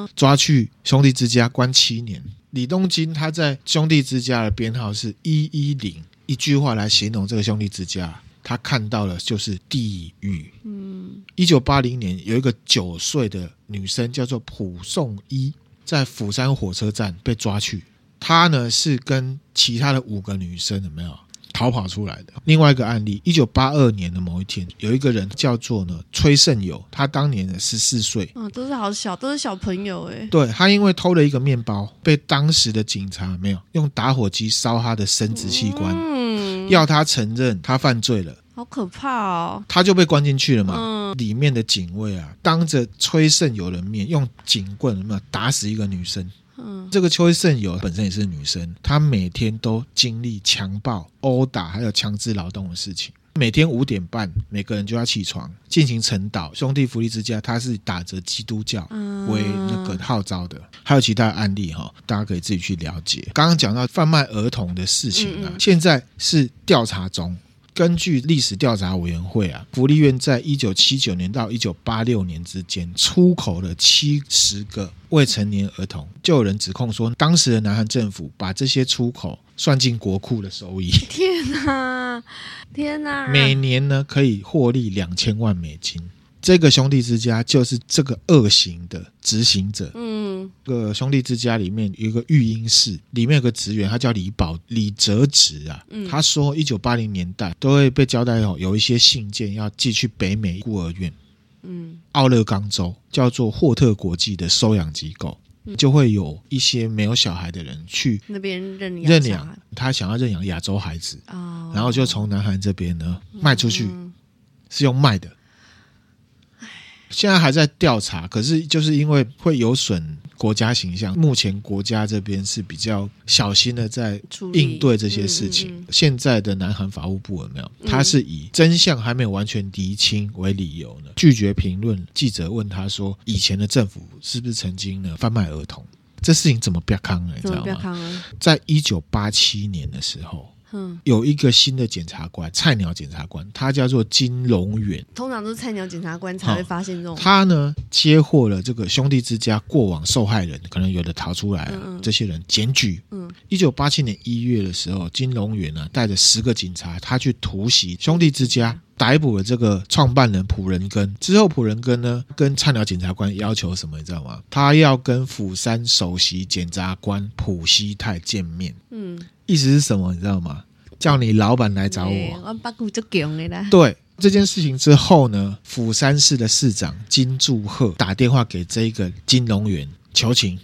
抓去兄弟之家关7年。李东京他在兄弟之家的编号是110，一句话来形容这个兄弟之家，他看到了就是地狱。1980年有一个9岁的女生叫做朴颂一，在釜山火车站被抓去，她呢是跟其他的5个女生有没有逃跑出来的。另外一个案例，1982年的某一天，有一个人叫做呢崔胜友，他当年的14岁， 都是好小，都是小朋友哎。 对，他因为偷了一个面包，被当时的警察没有用打火机烧他的生殖器官，要他承认他犯罪了。 好可怕哦！ 他就被关进去了嘛。里面的警卫啊，当着崔胜友的面用警棍有没有打死一个女生。这个崔胜友本身也是女生，她每天都经历强暴、殴打还有强制劳动的事情。每天5点半每个人就要起床进行晨祷。兄弟福利之家他是打着基督教为那个号召的。还有其他的案例大家可以自己去了解。刚刚讲到贩卖儿童的事情现在是调查中。根据历史调查委员会福利院在1979年到1986年之间出口了70个未成年儿童，就有人指控说当时的南韩政府把这些出口算进国库的收益。 天哪天哪， 每年呢可以获利$2000万。这个兄弟之家就是这个恶行的执行者。这个兄弟之家里面有一个育婴室，里面有个职员他叫李哲植他说1980年代都会被交代有一些信件要寄去北美孤儿院，奥勒冈州叫做霍特国际的收养机构，就会有一些没有小孩的人去那边认养， 他想要认养亚洲孩子，然后就从南韩这边呢卖出去，是用卖的。现在还在调查，可是就是因为会有损国家形象，目前国家这边是比较小心的在应对这些事情。现在的南韩法务部有没有，他是以真相还没有完全厘清为理由呢，拒绝评论。记者问他说以前的政府是不是曾经呢贩卖儿童，这事情怎么不要康了，你知道吗？在1987年的时候有一个新的检察官，菜鸟检察官，他叫做金龙元。 通常都是菜鸟检察官才会发现这种。 他呢接获了这个兄弟之家过往受害人，可能有的逃出来这些人检举。1987年1月的时候，金龙元带着10个警察，他去突袭兄弟之家，逮捕了这个创办人朴仁根。之后朴仁根呢跟菜鸟检察官要求什么你知道吗？他要跟釜山首席检察官朴熙泰见面。意思是什么你知道吗？叫你老板来找我。对，这件事情之后呢，釜山市的市长金柱赫打电话给这个金龙元求情。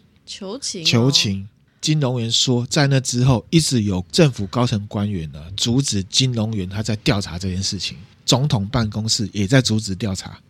金龙元说在那之后一直有政府高层官员呢阻止金龙元他在调查这件事情，总统办公室也在阻止调查。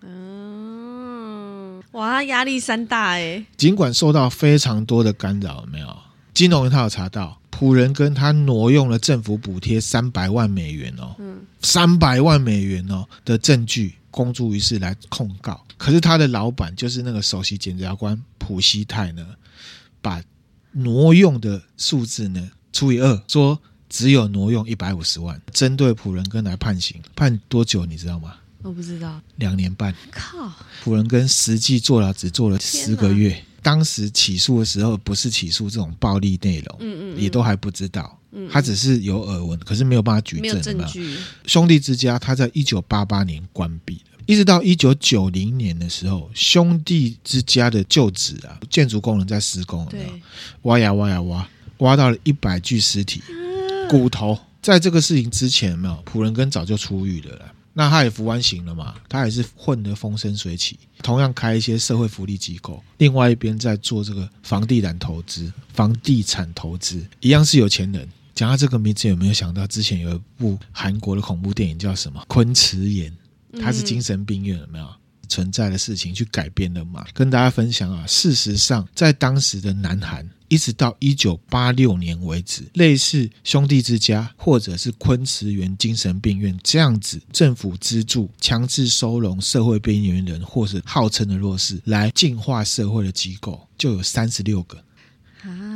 哇，他压力山大耶。 尽管受到非常多的干扰，有没有？金龙元他有查到朴仁根他挪用了政府补贴$300万，$300万的证据公诸于世来控告。可是他的老板就是那个首席检察官朴熙泰呢，把挪用的数字呢除以2，说只有挪用150万，针对朴仁根来判刑。判多久你知道吗？ 我不知道。 2年半。 靠！ 朴仁根实际坐牢只坐了10个月。当时起诉的时候不是起诉这种暴力内容，也都还不知道，他只是有耳闻，可是没有办法举证，没有证据。兄弟之家他在1988年关闭了，一直到1990年的时候，兄弟之家的旧址建筑工人在施工，挖呀挖呀挖到了100具尸体骨头。在这个事情之前，有没有朴仁根早就出狱了啦，那他也服完刑了嘛，他也是混得风生水起，同样开一些社会福利机构，另外一边在做这个房地产投资，一样是有钱人。讲到这个名字，有没有想到之前有一部韩国的恐怖电影叫什么？昆池岩，他是精神病院，有没有存在的事情去改编的嘛？跟大家分享事实上在当时的南韩一直到1986年为止，类似兄弟之家或者是昆池园精神病院这样子政府资助强制收容社会边缘人或是号称的弱势来净化社会的机构就有36个。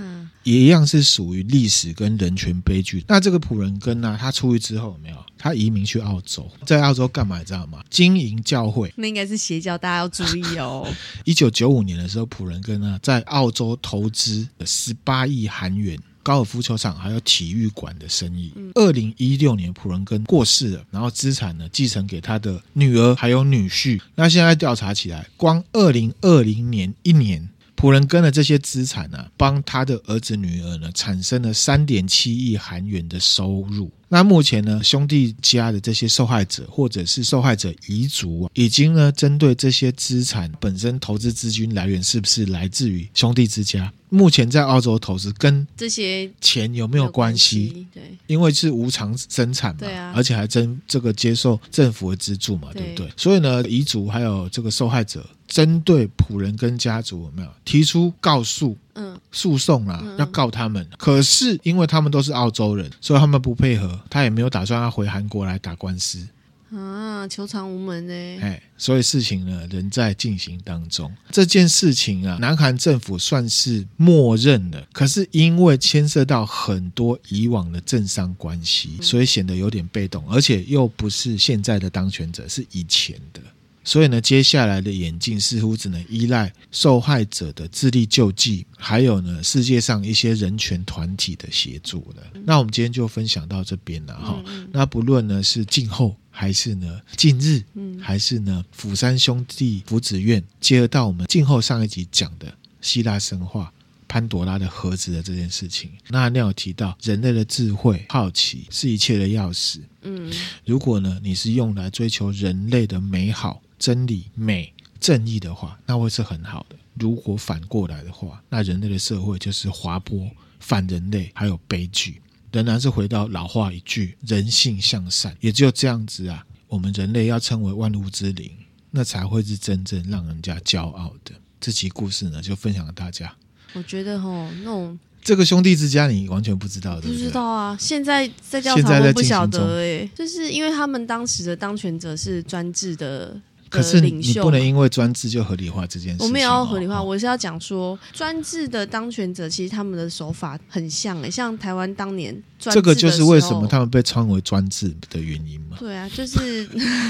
也一样是属于历史跟人权悲剧。那这个朴仁根啊，他出狱之后有没有？他移民去澳洲，在澳洲干嘛你知道吗？经营教会。 那应该是邪教，大家要注意哦。 1995年的时候，朴仁根啊在澳洲投资18亿韩元高尔夫球场还有体育馆的生意。2016年朴仁根过世了，然后资产呢继承给他的女儿还有女婿。那现在调查起来，光2020年一年，朴仁根的这些资产啊，帮他的儿子女儿呢产生了3.7亿韩元的收入。那目前呢，兄弟家的这些受害者或者是受害者遗族啊，已经呢针对这些资产本身投资资金来源是不是来自于兄弟之家，目前在澳洲投资跟这些钱有没有关系？对，因为是无偿生产嘛，对啊，而且还这个接受政府的资助嘛，对不对？所以呢，遗族还有这个受害者针对朴仁根家族有没有提出告诉？诉讼啊，要告他们。可是因为他们都是澳洲人，所以他们不配合，他也没有打算要回韩国来打官司啊，求偿无门呢。 所以事情呢仍在进行当中。这件事情啊，南韩政府算是默认了，可是因为牵涉到很多以往的政商关系，所以显得有点被动，而且又不是现在的当权者，是以前的。所以呢，接下来的演进似乎只能依赖受害者的自力救济，还有呢世界上一些人权团体的协助了。那我们今天就分享到这边了那不论呢是静候还是呢近日还是呢釜山兄弟福祉院，结合到我们静候上一集讲的希腊神话潘朵拉的盒子的这件事情。那有提到人类的智慧好奇是一切的钥匙。如果呢你是用来追求人类的美好真理美正义的话，那会是很好的。如果反过来的话，那人类的社会就是滑坡反人类还有悲剧。仍然是回到老话一句，人性向善，也只有这样子啊，我们人类要称为万物之灵，那才会是真正让人家骄傲的。这期故事呢就分享给大家。我觉得那种这个兄弟之家你完全不知道，对不对？不知道啊，现在在调查我不晓得就是因为他们当时的当权者是专制的。可是你不能因为专制就合理化这件事情。我没有要合理化，我是要讲说专制的当权者其实他们的手法很像像台湾当年专制的时候，这个就是为什么他们被称为专制的原因嘛。对啊，就是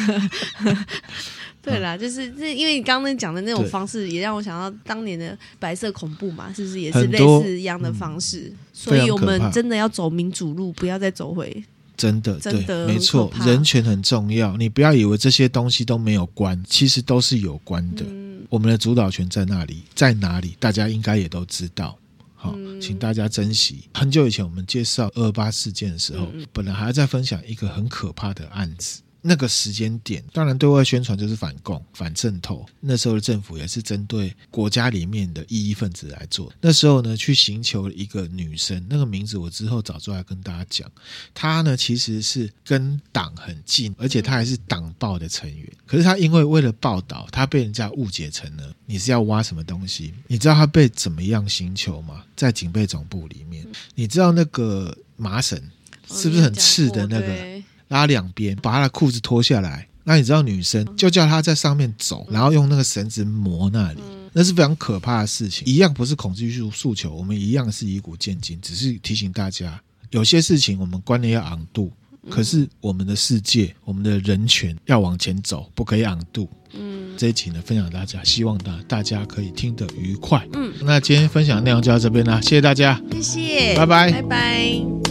对啦，就是因为你刚刚讲的那种方式也让我想到当年的白色恐怖嘛，是不是也是类似一样的方式？所以我们真的要走民主路，不要再走回真的对，没错，人权很重要。你不要以为这些东西都没有关，其实都是有关的。我们的主导权在那里，在哪里，大家应该也都知道。好，请大家珍惜。很久以前我们介绍228事件的时候，本来还在分享一个很可怕的案子。那个时间点当然对外宣传就是反共反渗透，那时候的政府也是针对国家里面的异议分子来做。那时候呢去刑求一个女生，那个名字我之后找出来跟大家讲。她呢其实是跟党很近，而且她还是党报的成员。可是她因为了报道，她被人家误解成了你是要挖什么东西。你知道她被怎么样刑求吗？在警备总部里面，你知道那个麻绳是不是很刺的那个，拉两边把她的裤子脱下来，那你知道女生就叫她在上面走，然后用那个绳子磨那里，那是非常可怕的事情。一样不是恐惧诉求，我们一样是以古鉴今，只是提醒大家有些事情我们观念要昂度，可是我们的世界我们的人权要往前走，不可以昂度。这一集呢分享给大家，希望呢大家可以听得愉快。那今天分享的内容就到这边啦，谢谢大家，谢谢，拜拜，拜拜。